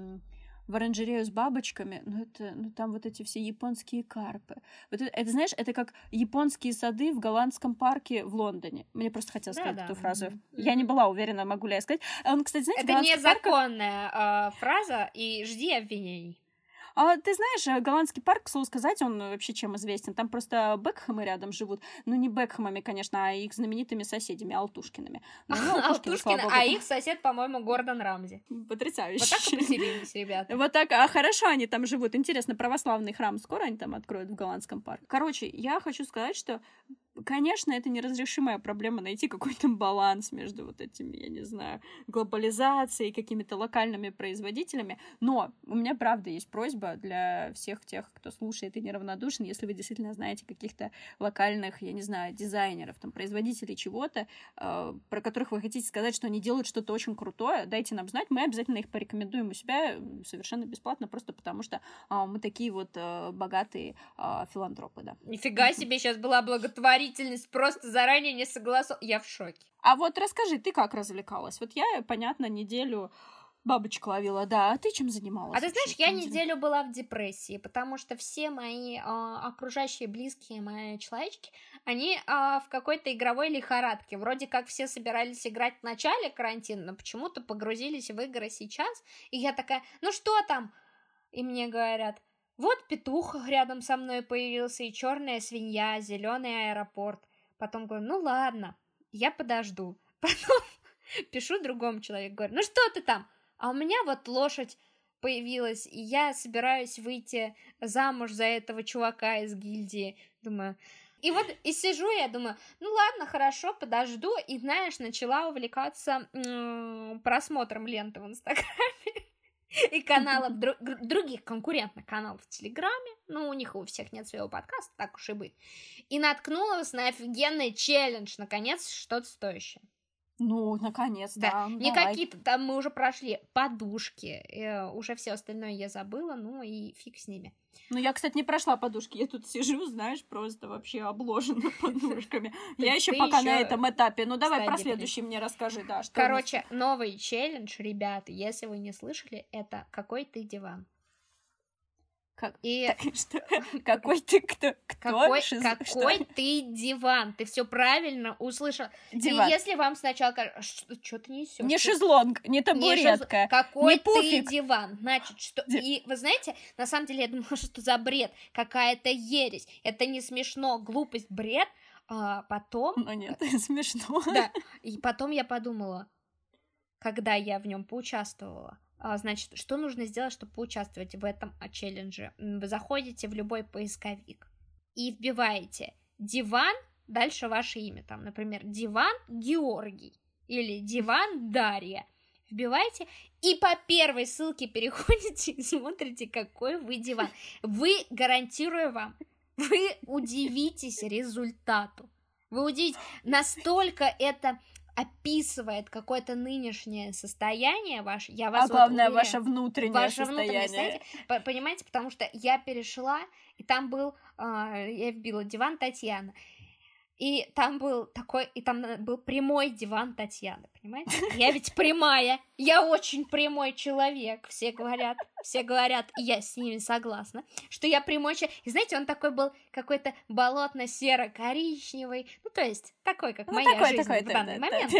в оранжерею с бабочками, там вот эти все японские карпы. Вот это, знаешь, это как японские сады в голландском парке в Лондоне. Мне просто хотелось сказать эту фразу. Я не была уверена, могу ли я сказать. Он, кстати, знаете, это незаконная фраза, и жди обвинений. Ты знаешь, голландский парк, к слову сказать, он вообще чем известен? Там просто Бекхэмы рядом живут. Ну, не Бекхэмами, конечно, а их знаменитыми соседями, Алтушкиными. Алтушкины, а их сосед, по-моему, Гордон Рамзи. Потрясающе. Вот так и поселились, ребята. Вот так, хорошо они там живут. Интересно, православный храм скоро они там откроют в голландском парке? Короче, я хочу сказать, что конечно, это неразрешимая проблема найти какой-то баланс между вот этими, я не знаю, глобализацией, какими-то локальными производителями, но у меня, правда, есть просьба для всех тех, кто слушает и неравнодушен, если вы действительно знаете каких-то локальных, я не знаю, дизайнеров, там, производителей чего-то, про которых вы хотите сказать, что они делают что-то очень крутое, дайте нам знать, мы обязательно их порекомендуем у себя совершенно бесплатно, просто потому что мы такие вот богатые филантропы, да. Нифига себе, сейчас была благотворительность, просто заранее не согласовала. Я в шоке. А вот расскажи, ты как развлекалась? Вот я, понятно, неделю бабочек ловила, да. А ты чем занималась? А ты знаешь, я неделю была в депрессии, потому что все мои окружающие, близкие мои человечки, они в какой-то игровой лихорадке. Вроде как все собирались играть в начале карантина, но почему-то погрузились в игры сейчас. И я такая, ну что там? И мне говорят, вот петух рядом со мной появился, и черная свинья, зеленый аэропорт. Потом говорю, ну ладно, я подожду. Потом пишу другому человеку, говорю, ну что ты там? А у меня вот лошадь появилась, и я собираюсь выйти замуж за этого чувака из гильдии. Думаю, и вот и сижу, я думаю, ну ладно, хорошо, подожду. И, знаешь, начала увлекаться просмотром ленты в Инстаграме. и каналов, других конкурентных каналов в Телеграме, ну, у них у всех нет своего подкаста, так уж и быть, и наткнулась на офигенный челлендж, наконец, что-то стоящее. Ну, наконец, да. Не какие-то, там мы уже прошли подушки, уже все остальное я забыла, ну и фиг с ними. Ну, я, кстати, не прошла подушки, я тут сижу, знаешь, просто вообще обложена подушками. Я еще пока на этом этапе. Ну, давай про следующий мне расскажи, да. Короче, новый челлендж, ребята, если вы не слышали, это «Какой ты диван?». Какой ты кто? Какой ты диван? Ты все правильно услышал. Диван. И если вам сначала кажется, что ты несешь? Не шезлонг, не табуретка. Какой ты диван? Значит, что? И вы знаете, на самом деле я думала, что за бред, какая-то ересь. Это не смешно, глупость, бред. А потом. Ну нет, смешно. Да. И потом я подумала, когда я в нем поучаствовала. Значит, что нужно сделать, чтобы поучаствовать в этом челлендже? Вы заходите в любой поисковик и вбиваете диван, дальше ваше имя, там, например, диван Георгий или диван Дарья. Вбиваете и по первой ссылке переходите и смотрите, какой вы диван. Вы, гарантирую вам, вы удивитесь результату. Вы удивитесь, настолько это описывает какое-то нынешнее состояние ваше, я вас главное, ваше внутреннее состояние. Понимаете, потому что я перешла, и там был, я вбила диван Татьяна, и там был прямой диван Татьяны, понимаете? Я ведь прямая, я очень прямой человек, все говорят, и я с ними согласна, что я прямой человек. И знаете, он такой был какой-то болотно-серо-коричневый, ну, то есть такой, как моя жизнь в данный момент.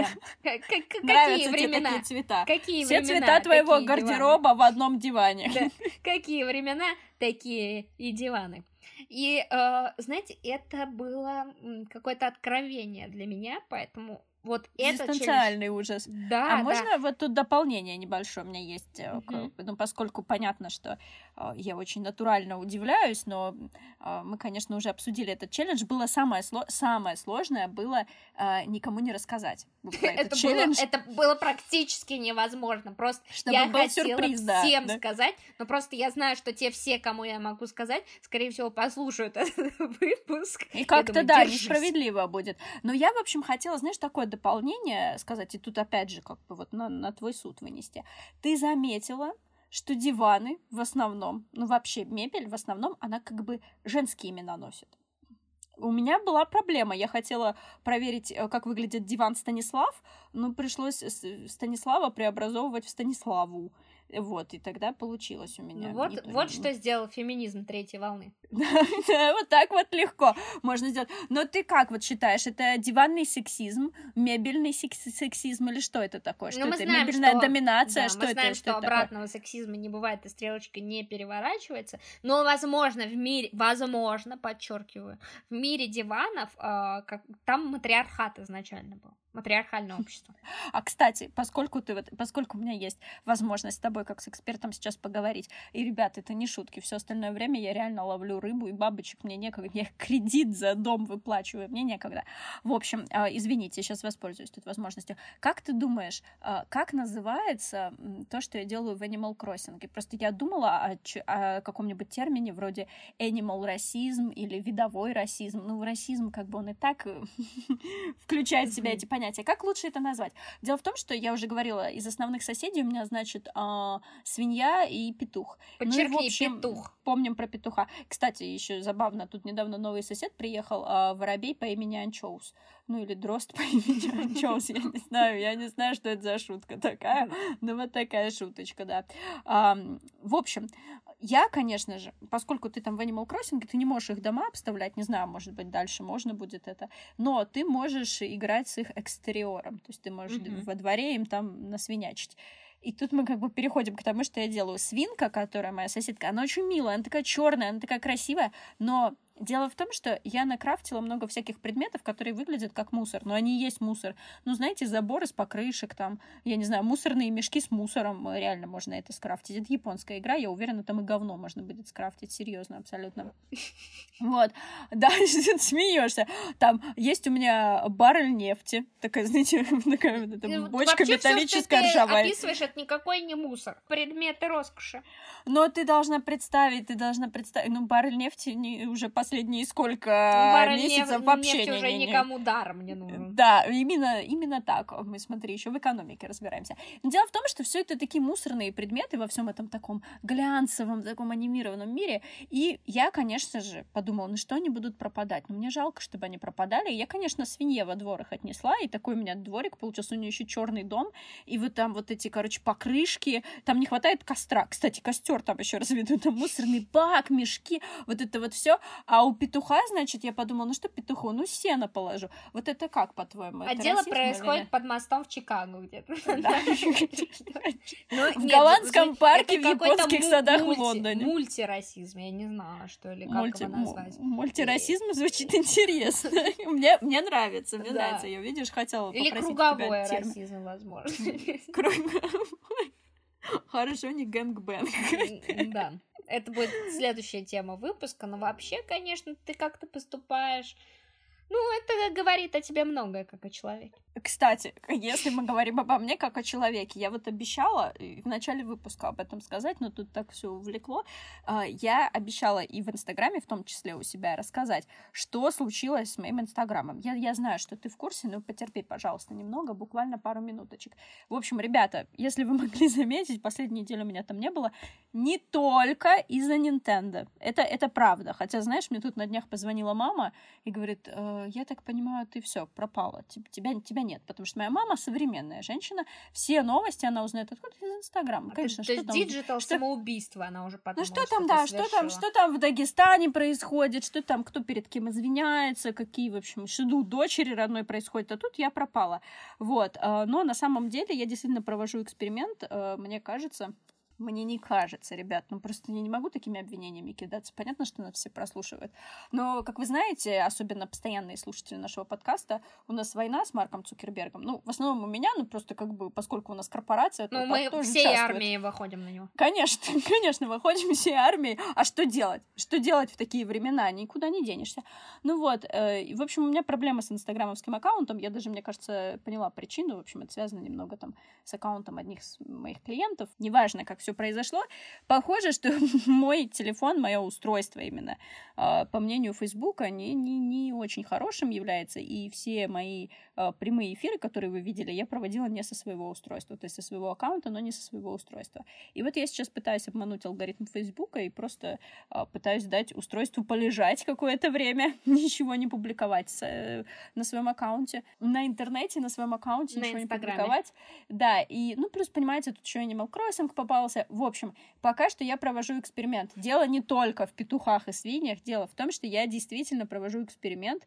Какие времена? Такие цвета. Какие все времена, цвета твоего гардероба в одном диване. Да. Какие времена, такие и диваны. И, знаете, это было какое-то откровение для меня, поэтому вот это экзистенциальный ужас. Да, можно вот тут дополнение небольшое у меня есть, ну, поскольку понятно, что я очень натурально удивляюсь, но мы, конечно, уже обсудили этот челлендж. Было самое сложное было никому не рассказать. Это было практически невозможно. Просто чтобы я был хотела сюрприз, всем сказать, но просто я знаю, что те все, кому я могу сказать, скорее всего, послушают этот выпуск. И как-то, да, несправедливо будет. Но я, в общем, хотела, знаешь, такое дополнение сказать, и тут опять же как бы вот на твой суд вынести. Ты заметила, что диваны в основном, ну вообще мебель в основном, она как бы женские имена носит. У меня была проблема, я хотела проверить, как выглядит диван Станислав, но пришлось Станислава преобразовывать в Станиславу. Вот, и тогда получилось у меня. Ну вот что сделал феминизм третьей волны. Вот так вот легко можно сделать. Но ты как вот считаешь, это диванный сексизм, мебельный сексизм или что это такое? Что это? Мебельная доминация? Мы знаем, что обратного сексизма не бывает, и стрелочка не переворачивается, но, возможно, в мире, подчеркиваю, в мире диванов там матриархат изначально был. Матриархальное общество. А, кстати, поскольку у меня есть возможность с тобой как с экспертом сейчас поговорить, и, ребята, это не шутки, все остальное время я реально ловлю рыбу и бабочек, мне некогда, я кредит за дом выплачиваю, мне некогда. В общем, извините, я сейчас воспользуюсь тут возможностью. Как ты думаешь, как называется то, что я делаю в Animal Crossing? Просто я думала о каком-нибудь термине вроде animal расизм или видовой расизм. Ну, расизм, как бы он и так включает в себя эти понятия. Как лучше это назвать? Дело в том, что я уже говорила, из основных соседей у меня, значит, свинья и петух. Подчеркни, ну, и, в общем, петух. Помним про петуха. Кстати, еще забавно, тут недавно новый сосед приехал, воробей по имени Анчоус. Ну, или дрозд по имени Анчоус, я не знаю, что это за шутка такая, но вот такая шуточка, да. В общем, я, конечно же, поскольку ты там в Animal Crossing, ты не можешь их дома обставлять, не знаю, может быть, дальше можно будет это, но ты можешь играть с их экстериором, то есть ты можешь во дворе им там насвинячить. И тут мы как бы переходим к тому, что я делаю. Свинка, которая моя соседка, она очень милая, она такая черная, она такая красивая, но Дело в том, что я накрафтила много всяких предметов, которые выглядят как мусор, но они и есть мусор. Ну, знаете, забор из покрышек, там, я не знаю, мусорные мешки с мусором, реально можно это скрафтить. Это японская игра, я уверена, там и говно можно будет скрафтить, серьезно, абсолютно. Вот, да, ты смеешься. Там есть у меня баррель нефти, такая, знаете, такая вот эта бочка металлическая, ржавая. Ты описываешь, это никакой не мусор, предметы роскоши. Но ты должна представить, ну, баррель нефти уже последние сколько месяцев вообще нефть уже никому даром не нужен. Да, именно так. Мы, смотри, еще в экономике разбираемся. Но дело в том, что все это такие мусорные предметы во всем этом таком глянцевом, таком анимированном мире. И я, конечно же, подумала, ну что они будут пропадать? Ну, мне жалко, чтобы они пропадали. И я, конечно, свинье во двор их отнесла, и такой у меня дворик получился, у нее еще черный дом, и вот там вот эти, короче, покрышки, там не хватает костра. Кстати, костер там еще разведут, там мусорный бак, мешки, вот это вот все. А у петуха, значит, я подумала, ну что петуху, ну сено положу. Вот это как, по-твоему? А дело происходит под мостом в Чикаго где-то. В голландском парке, в японских садах в Лондоне. Мультирасизм, я не знала, что или как его назвать. Мультирасизм звучит интересно. Мне нравится, я, видишь, хотела попросить тебя термин. Или круговой расизм, возможно. Хорошо, не гэнгбэнг. Да. Это будет следующая тема выпуска, но вообще, конечно, ты как-то поступаешь. Ну, это говорит о тебе многое, как о человеке. Кстати, если мы говорим обо мне как о человеке, я вот обещала в начале выпуска об этом сказать, но тут так все увлекло. Я обещала и в Инстаграме, в том числе у себя, рассказать, что случилось с моим Инстаграмом. Я знаю, что ты в курсе, но потерпи, пожалуйста, немного, буквально пару минуточек. В общем, ребята, если вы могли заметить, последнюю неделю меня там не было, не только из-за Nintendo. Это правда. Хотя, знаешь, мне тут на днях позвонила мама и говорит, я так понимаю, ты все пропала, тебя нет, потому что моя мама современная женщина, все новости она узнает откуда из Инстаграма. Конечно, то есть диджитал самоубийство она уже подумала. Ну что там, да, что там в Дагестане происходит, что там, кто перед кем извиняется, какие, в общем, суду дочери родной происходит, а тут я пропала. Вот, но на самом деле я действительно провожу эксперимент, мне не кажется, ребят, ну просто я не могу такими обвинениями кидаться. Понятно, что нас все прослушивают. Но, как вы знаете, особенно постоянные слушатели нашего подкаста, у нас война с Марком Цукербергом. Ну, в основном у меня, ну просто как бы, поскольку у нас корпорация, то мы тоже всей участвует. Армией выходим на него. Конечно, выходим всей армией. А что делать? Что делать в такие времена? Никуда не денешься. Ну вот, в общем, у меня проблема с инстаграмовским аккаунтом. Я даже, мне кажется, поняла причину. В общем, это связано немного там с аккаунтом одних из моих клиентов. Неважно, как все произошло. Похоже, что мой телефон, мое устройство именно, по мнению Фейсбука, не очень хорошим является. И все мои прямые эфиры, которые вы видели, я проводила не со своего устройства. То есть со своего аккаунта, но не со своего устройства. И вот я сейчас пытаюсь обмануть алгоритм Фейсбука и просто пытаюсь дать устройству полежать какое-то время, ничего не публиковать на своем аккаунте. На интернете, на своем аккаунте ничего не публиковать. Да, и, ну, плюс, понимаете, тут еще Animal Crossing попался. В общем, пока что я провожу эксперимент. Дело не только в петухах и свиньях, дело в том, что я действительно провожу эксперимент,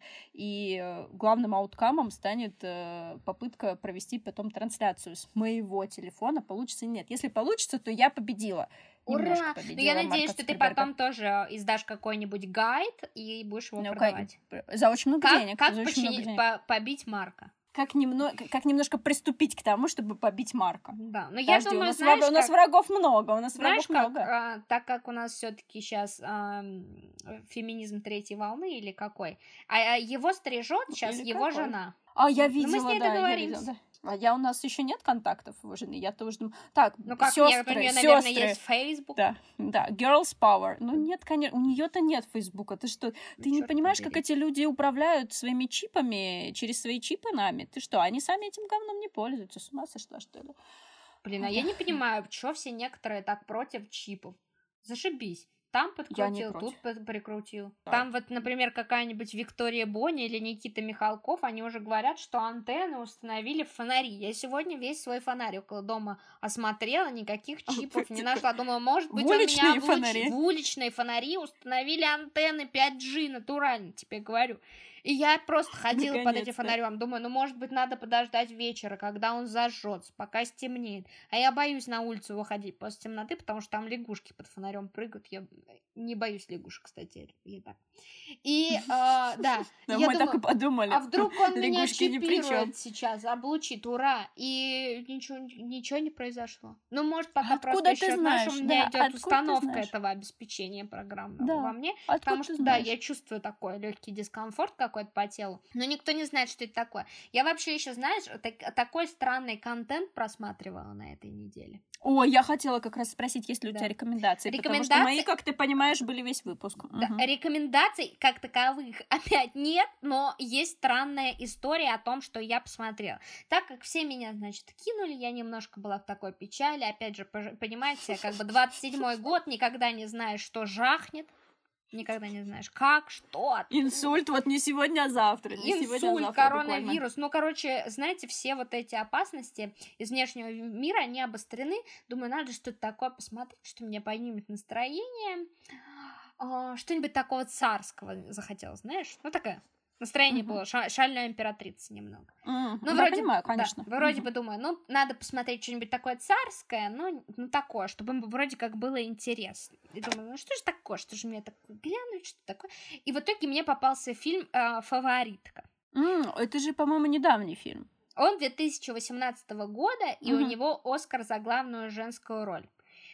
и главным ауткамом станет попытка провести потом трансляцию с моего телефона, получится или нет. Если получится, то я победила. Ура! Но я надеюсь, что ты потом тоже издашь какой-нибудь гайд и будешь его продавать. За очень много денег. Как побить Марка? Как немножко приступить к тому, чтобы побить Марка. Да, но я думаю, у нас врагов много, так как у нас все-таки сейчас феминизм третьей волны или какой, а его стрижет сейчас его жена. А я видела, мы с ней договоримся. А у нас еще нет контактов его жены, я тоже думаю, так, ну как, сестры, у нее, наверное, есть Facebook. Да, girls power. Ну нет, конечно, у нее-то нет Фейсбука. Ты что, ты не понимаешь, как эти люди управляют своими чипами, через свои чипы нами? Ты что, они сами этим говном не пользуются? С ума сошла, что ли? Блин, а я не понимаю, что все некоторые так против чипов. Зашибись. Там подкрутил, тут прикрутил. Да. Там вот, например, какая-нибудь Виктория Бони или Никита Михалков, они уже говорят, что антенны установили в фонари. Я сегодня весь свой фонарь около дома осмотрела, никаких чипов не нашла. Думала, может быть, у меня в уличные фонари установили антенны 5G, натурально тебе говорю. И я просто ходила под этим Наконец-то. фонарем, думаю, ну, может быть, надо подождать вечера, когда он зажжется, пока стемнеет. А я боюсь на улицу выходить после темноты, потому что там лягушки под фонарем прыгают. Я не боюсь лягушек, кстати, я так. И, да, Да, я мы так и думаю, подумали. а вдруг он меня Лягушки ни при чём. чипирует сейчас, облучит, ура! И ничего не произошло. Ну, может, пока Откуда просто ты еще, знаешь? знаешь, у меня Да, идет откуда ты установка знаешь? этого обеспечения программного Да, во мне, откуда потому ты что, да, знаешь? я чувствую такой легкий дискомфорт какой-то по телу, но никто не знает, что это такое. Я вообще еще, знаешь, такой странный контент просматривала на этой неделе. О, я хотела как раз спросить, есть ли у Да. тебя рекомендации, потому что Рекомендации- мои, как ты понимаешь, были весь выпуск. Да, Мгм. рекомендаций как таковых опять нет, но есть странная история о том, что я посмотрела. Так как все меня, значит, кинули, я немножко была в такой печали. Опять же, понимаете, как бы 27-й год, никогда не знаешь, что жахнет, никогда не знаешь, как, что. Инсульт вот не сегодня, а завтра. Не сегодня, а Инсульт, завтра буквально. коронавирус. Ну, короче, знаете, все вот эти опасности из внешнего мира, они обострены. Думаю, надо что-то такое посмотреть, что мне поднимет настроение. Что-нибудь такого царского захотелось, знаешь? Ну, такое настроение было, шальная императрица немного. Ну, Ну, я вроде, понимаю, конечно. да, вроде бы думаю, ну, надо посмотреть что-нибудь такое царское, ну, такое, чтобы вроде как было интересно. И думаю, ну, что же такое, что же мне такое глянуть, что такое. И в итоге мне попался фильм «Фаворитка». Это же, по-моему, недавний фильм. Он 2018 года, и у него Оскар за главную женскую роль.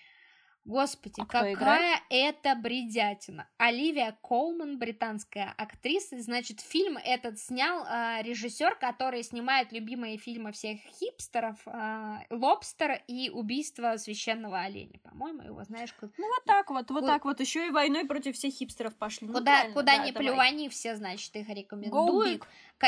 Господи, какая это бредятина. Оливия Колман, британская актриса. Значит, фильм этот снял режиссер, который снимает любимые фильмы всех хипстеров, «Лобстер» и «Убийство священного оленя». По-моему, его знаешь... Ну, вот так вот. Еще и войной против всех хипстеров пошли. Куда ни плювани, все, значит, их рекомендуют.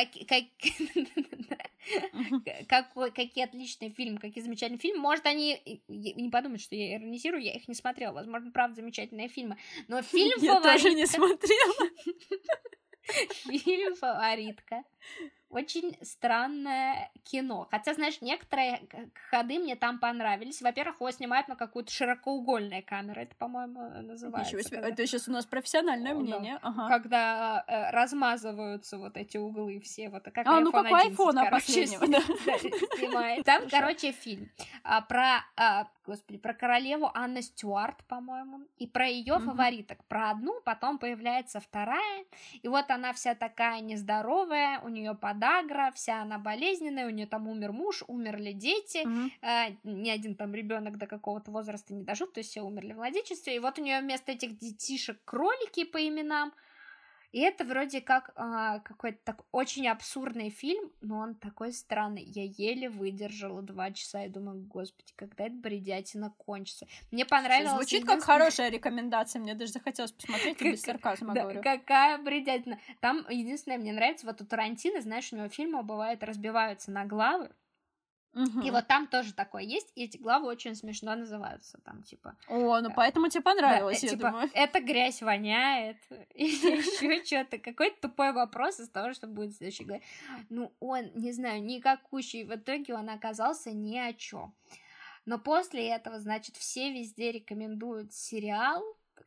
Какие отличные фильмы, какие замечательные фильмы. Может, они не подумают, что я иронизирую, я их не смотрела. Возможно, правда, замечательные фильмы. Но фильм «Фаворитка». Я тоже не смотрела. Фильм «Фаворитка». Очень странное кино. Хотя, знаешь, некоторые ходы мне там понравились. Во-первых, его снимают на какую-то широкоугольную камеру. Это, по-моему, называется. Ничего себе. Это сейчас у нас профессиональное мнение. Да. Когда размазываются вот эти углы все. Вот, как ну как у айфона последнего. Снимает. Там, короче, фильм про королеву Анну Стюарт, по-моему, и про ее фавориток. Про одну, потом появляется вторая. И вот она вся такая нездоровая, у нее подагра, вся она болезненная, у нее там умер муж, умерли дети, ни один там ребенок до какого-то возраста не дожил, то есть все умерли в младенчестве, и вот у нее вместо этих детишек кролики по именам, и это вроде как какой-то так очень абсурдный фильм, но он такой странный. Я еле выдержала 2 часа и думаю, господи, когда эта бредятина кончится. Мне понравилось... Звучит как хорошая рекомендация, мне даже захотелось посмотреть, без сарказма говорю. Какая бредятина. Там единственное, мне нравится, вот у Тарантино, знаешь, у него фильмы бывает разбиваются на главы. И вот там тоже такое есть, и эти главы очень смешно называются, там, типа... О, ну поэтому тебе понравилось, я думаю. Это грязь воняет, и еще что-то, какой-то тупой вопрос из того, что будет в следующей главе. Ну, он, не знаю, никакущий, в итоге он оказался ни о чем. Но после этого, значит, все везде рекомендуют сериал,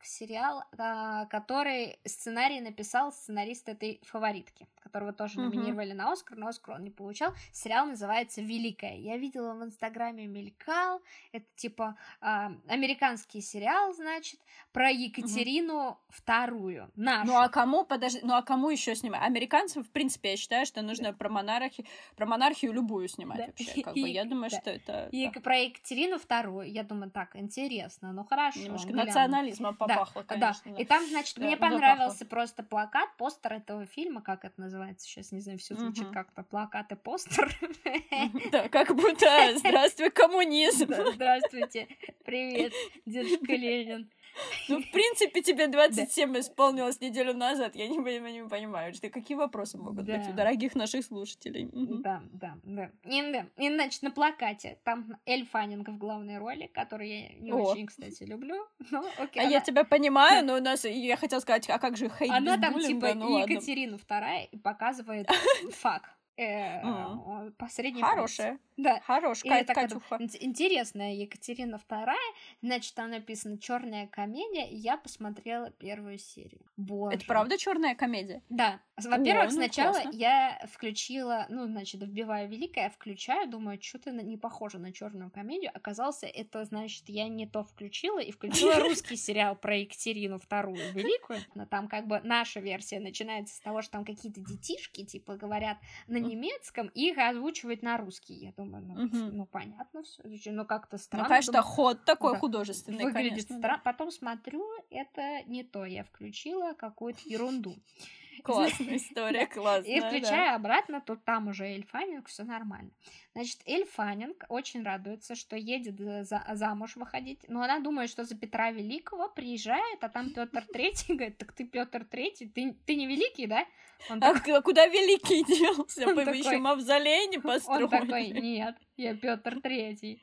который сценарий написал сценарист этой «Фаворитки», которого тоже номинировали на Оскар, но Оскар он не получал. Сериал называется «Великая». Я видела в Инстаграме, мелькал. Это типа американский сериал, значит, про Екатерину II, нашу. Ну а кому еще снимать? Американцев, в принципе, я считаю, что нужно про монархию любую снимать вообще. Как бы. Я думаю, что это... И про Екатерину II, я думаю, так, интересно, ну хорошо. Немножко национализмом попахло, конечно. Да. И там, значит, мне понравился просто плакат, постер этого фильма, как это называется, сейчас не знаю, все звучит как-то, плакат и постер. Да, как будто «Здравствуй, коммунизм». Здравствуйте, привет, дедушка Ленин. Ну, в принципе, тебе 27 исполнилось неделю назад. Я не понимаю, что какие вопросы могут быть у дорогих наших слушателей. Да. И, значит, на плакате там Эль Фаннинг в главной роли, которую я не очень, кстати, люблю. Я тебя понимаю, но у нас, я хотела сказать, а как же хейт без буллинга? Она там, типа, Екатерина II и показывает фак. По средней Хорошая. Да. Хорошая, Катюха. Интересная Екатерина II. Значит, там написано «Черная комедия», и я посмотрела первую серию. Боже. Это правда черная комедия? Да. Во-первых, сначала классно. я включила, вбиваю «Великая», включаю, думаю, что-то не похоже на черную комедию. Оказался, это значит, я не то включила, и включила русский сериал про Екатерину II Великую. Но там как бы наша версия начинается с того, что там какие-то детишки, типа, говорят на немецком, и их озвучивают на русский. Я думаю, понятно все. Ну, как-то странно. Ну, конечно, ход такой художественный, выглядит конечно. странно. Потом смотрю, это не то. Я включила какую-то ерунду. Классная история, классная. И включаю обратно, то там уже Эль Фаннинг, все нормально. Значит, Эль Фаннинг очень радуется, что едет замуж выходить, но она думает, что за Петра Великого приезжает, а там Петр Третий говорит: так ты Петр Третий, ты не великий, да? А куда Великий делся? Вы еще мавзолей не построили? Он такой: нет, я Петр Третий.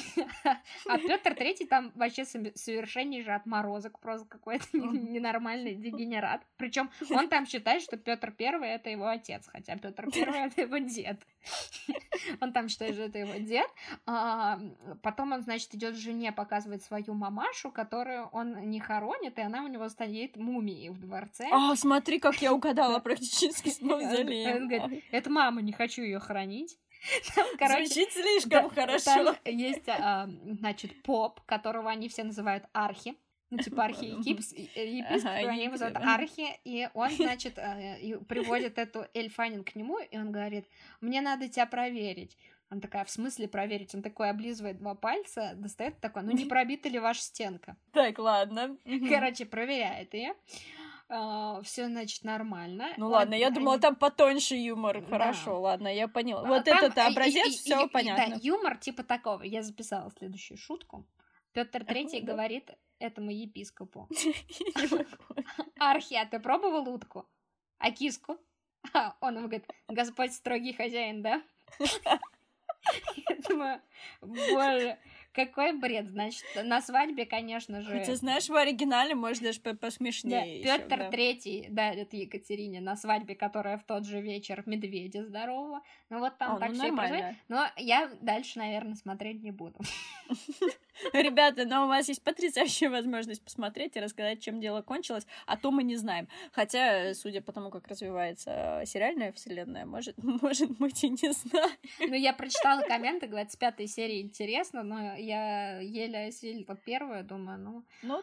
А Петр Третий там вообще совершеннейший отморозок, просто какой-то ненормальный дегенерат. Причем он там считает, что Петр Первый это его отец, хотя Петр Первый это его дед. Он там считает, что это его дед. Потом он, значит, идет к жене, показывает свою мамашу, которую он не хоронит, и она у него стоит мумией в дворце. Смотри, как я угадала практически с мавзолеем. Он говорит: это мама, не хочу ее хоронить. Звучит слишком хорошо. Там есть, значит, поп, которого они все называют Архи. Типа архиепископ, они его зовут Архи, и он, значит, приводит эту Эль Фаннинг к нему, и он говорит: мне надо тебя проверить. Она такая: в смысле проверить? Он такой облизывает 2 пальца, достает такой: не пробита ли ваша стенка? Так, ладно. Короче, проверяет ее. Все, значит, нормально. Ну ладно, я думала, там потоньше юмор. Хорошо, ладно, я поняла. Вот этот образец, все понятно. Да, юмор типа такого. Я записала следующую шутку. Петр Третий говорит этому епископу: Архи, а ты пробовал утку? А киску? Он ему говорит: Господь строгий хозяин, да? Я думаю, боже, какой бред. Значит, на свадьбе, конечно же... Хотя, знаешь, в оригинале, может, даже посмешнее. Да, Петр Третий дарит Екатерине на свадьбе, которая в тот же вечер медведя здорового. Ну вот там так все происходит. Но я дальше, наверное, смотреть не буду. Ребята, но у вас есть потрясающая возможность посмотреть и рассказать, чем дело кончилось, а то мы не знаем. Хотя, судя по тому, как развивается сериальная вселенная, может быть, и не знаю. Ну, я прочитала комменты, говорят, с 5-й серии интересно, но я еле осилила первую, думаю,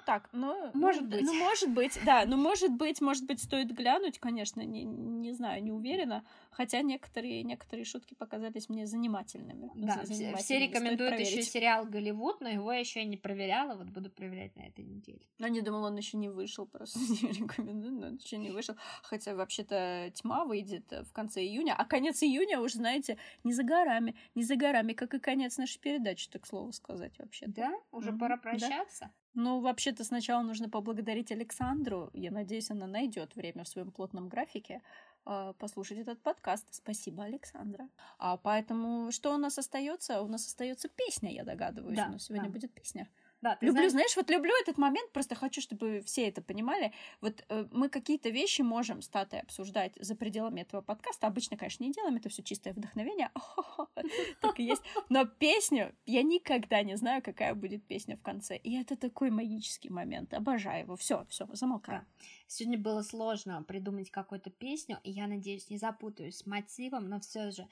может быть. Может быть, да, может быть, стоит глянуть, конечно, не знаю, не уверена, хотя некоторые шутки показались мне занимательными. Да, все рекомендуют еще сериал «Голливуд», но его я еще не проверяла, вот буду проверять на этой неделе. Но не думала, он еще не вышел, просто не рекомендую, но он еще не вышел. Хотя, вообще-то, «Тьма» выйдет в конце июня, а конец июня, уж знаете, не за горами, как и конец нашей передачи, так слово сказать, вообще-то. Да? Уже пора прощаться? Да. Ну, вообще-то, сначала нужно поблагодарить Александру. Я надеюсь, она найдет время в своем плотном графике послушать этот подкаст. Спасибо, Александра. Поэтому что у нас остается? У нас остается песня, я догадываюсь. Да, у нас сегодня будет песня. Да, люблю этот момент, просто хочу, чтобы все это понимали. Вот мы какие-то вещи можем с Татой обсуждать за пределами этого подкаста. Обычно, конечно, не делаем, это все чистое вдохновение. Так и есть. Но песню я никогда не знаю, какая будет песня в конце. И это такой магический момент. Обожаю его. Все, замолкаю. Да. Сегодня было сложно придумать какую-то песню, и я надеюсь, не запутаюсь с мотивом, но все же,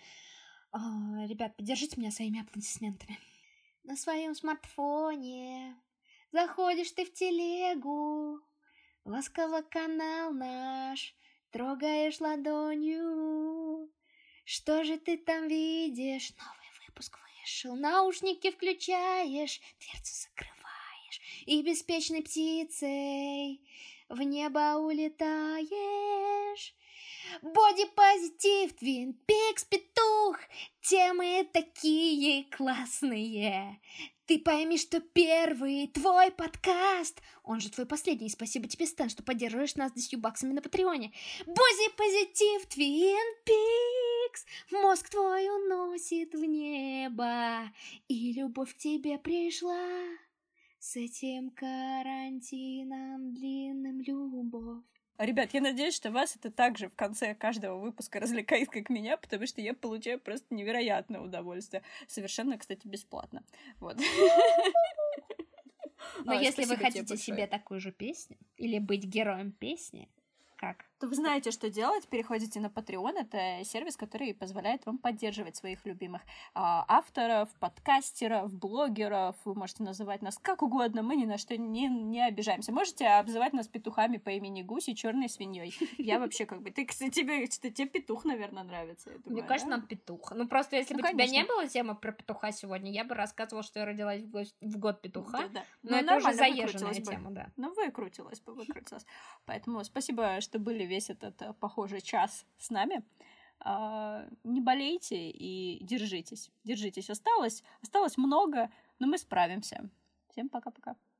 ребят, поддержите меня своими аплодисментами. На своем смартфоне заходишь ты в телегу, ласково канал наш трогаешь ладонью. Что же ты там видишь? Новый выпуск вышел. Наушники включаешь, дверцу закрываешь и беспечной птицей в небо улетаешь. Бодипозитив, Твин Пикс, петух, темы такие классные. Ты пойми, что первый твой подкаст, он же твой последний. Спасибо тебе, Стэн, что поддерживаешь нас 10 баксами на Патреоне. Бодипозитив, Твин Пикс, мозг твой уносит в небо, и любовь к тебе пришла с этим карантином длинным, любовь. Ребят, я надеюсь, что вас это также в конце каждого выпуска развлекает, как меня, потому что я получаю просто невероятное удовольствие. Совершенно, кстати, бесплатно. Вот. Но если вы хотите себе такую же песню или быть героем песни, как? То вы знаете, что делать. Переходите на Patreon. Это сервис, который позволяет вам поддерживать своих любимых авторов, подкастеров, блогеров. Вы можете называть нас как угодно. Мы ни на что не обижаемся. Можете обзывать нас петухами по имени Гусь и черной свиньей. Я вообще как бы... Тебе петух, наверное, нравится. Я думаю, мне кажется, нам петух. Ну, просто если бы у тебя не было темы про петуха сегодня, я бы рассказывала, что я родилась в год петуха. Да. Но это уже заезженная тема, да. Ну, выкрутилась бы. Поэтому спасибо, что были весь этот похожий час с нами. Не болейте и держитесь. Осталось много, но мы справимся. Всем пока-пока.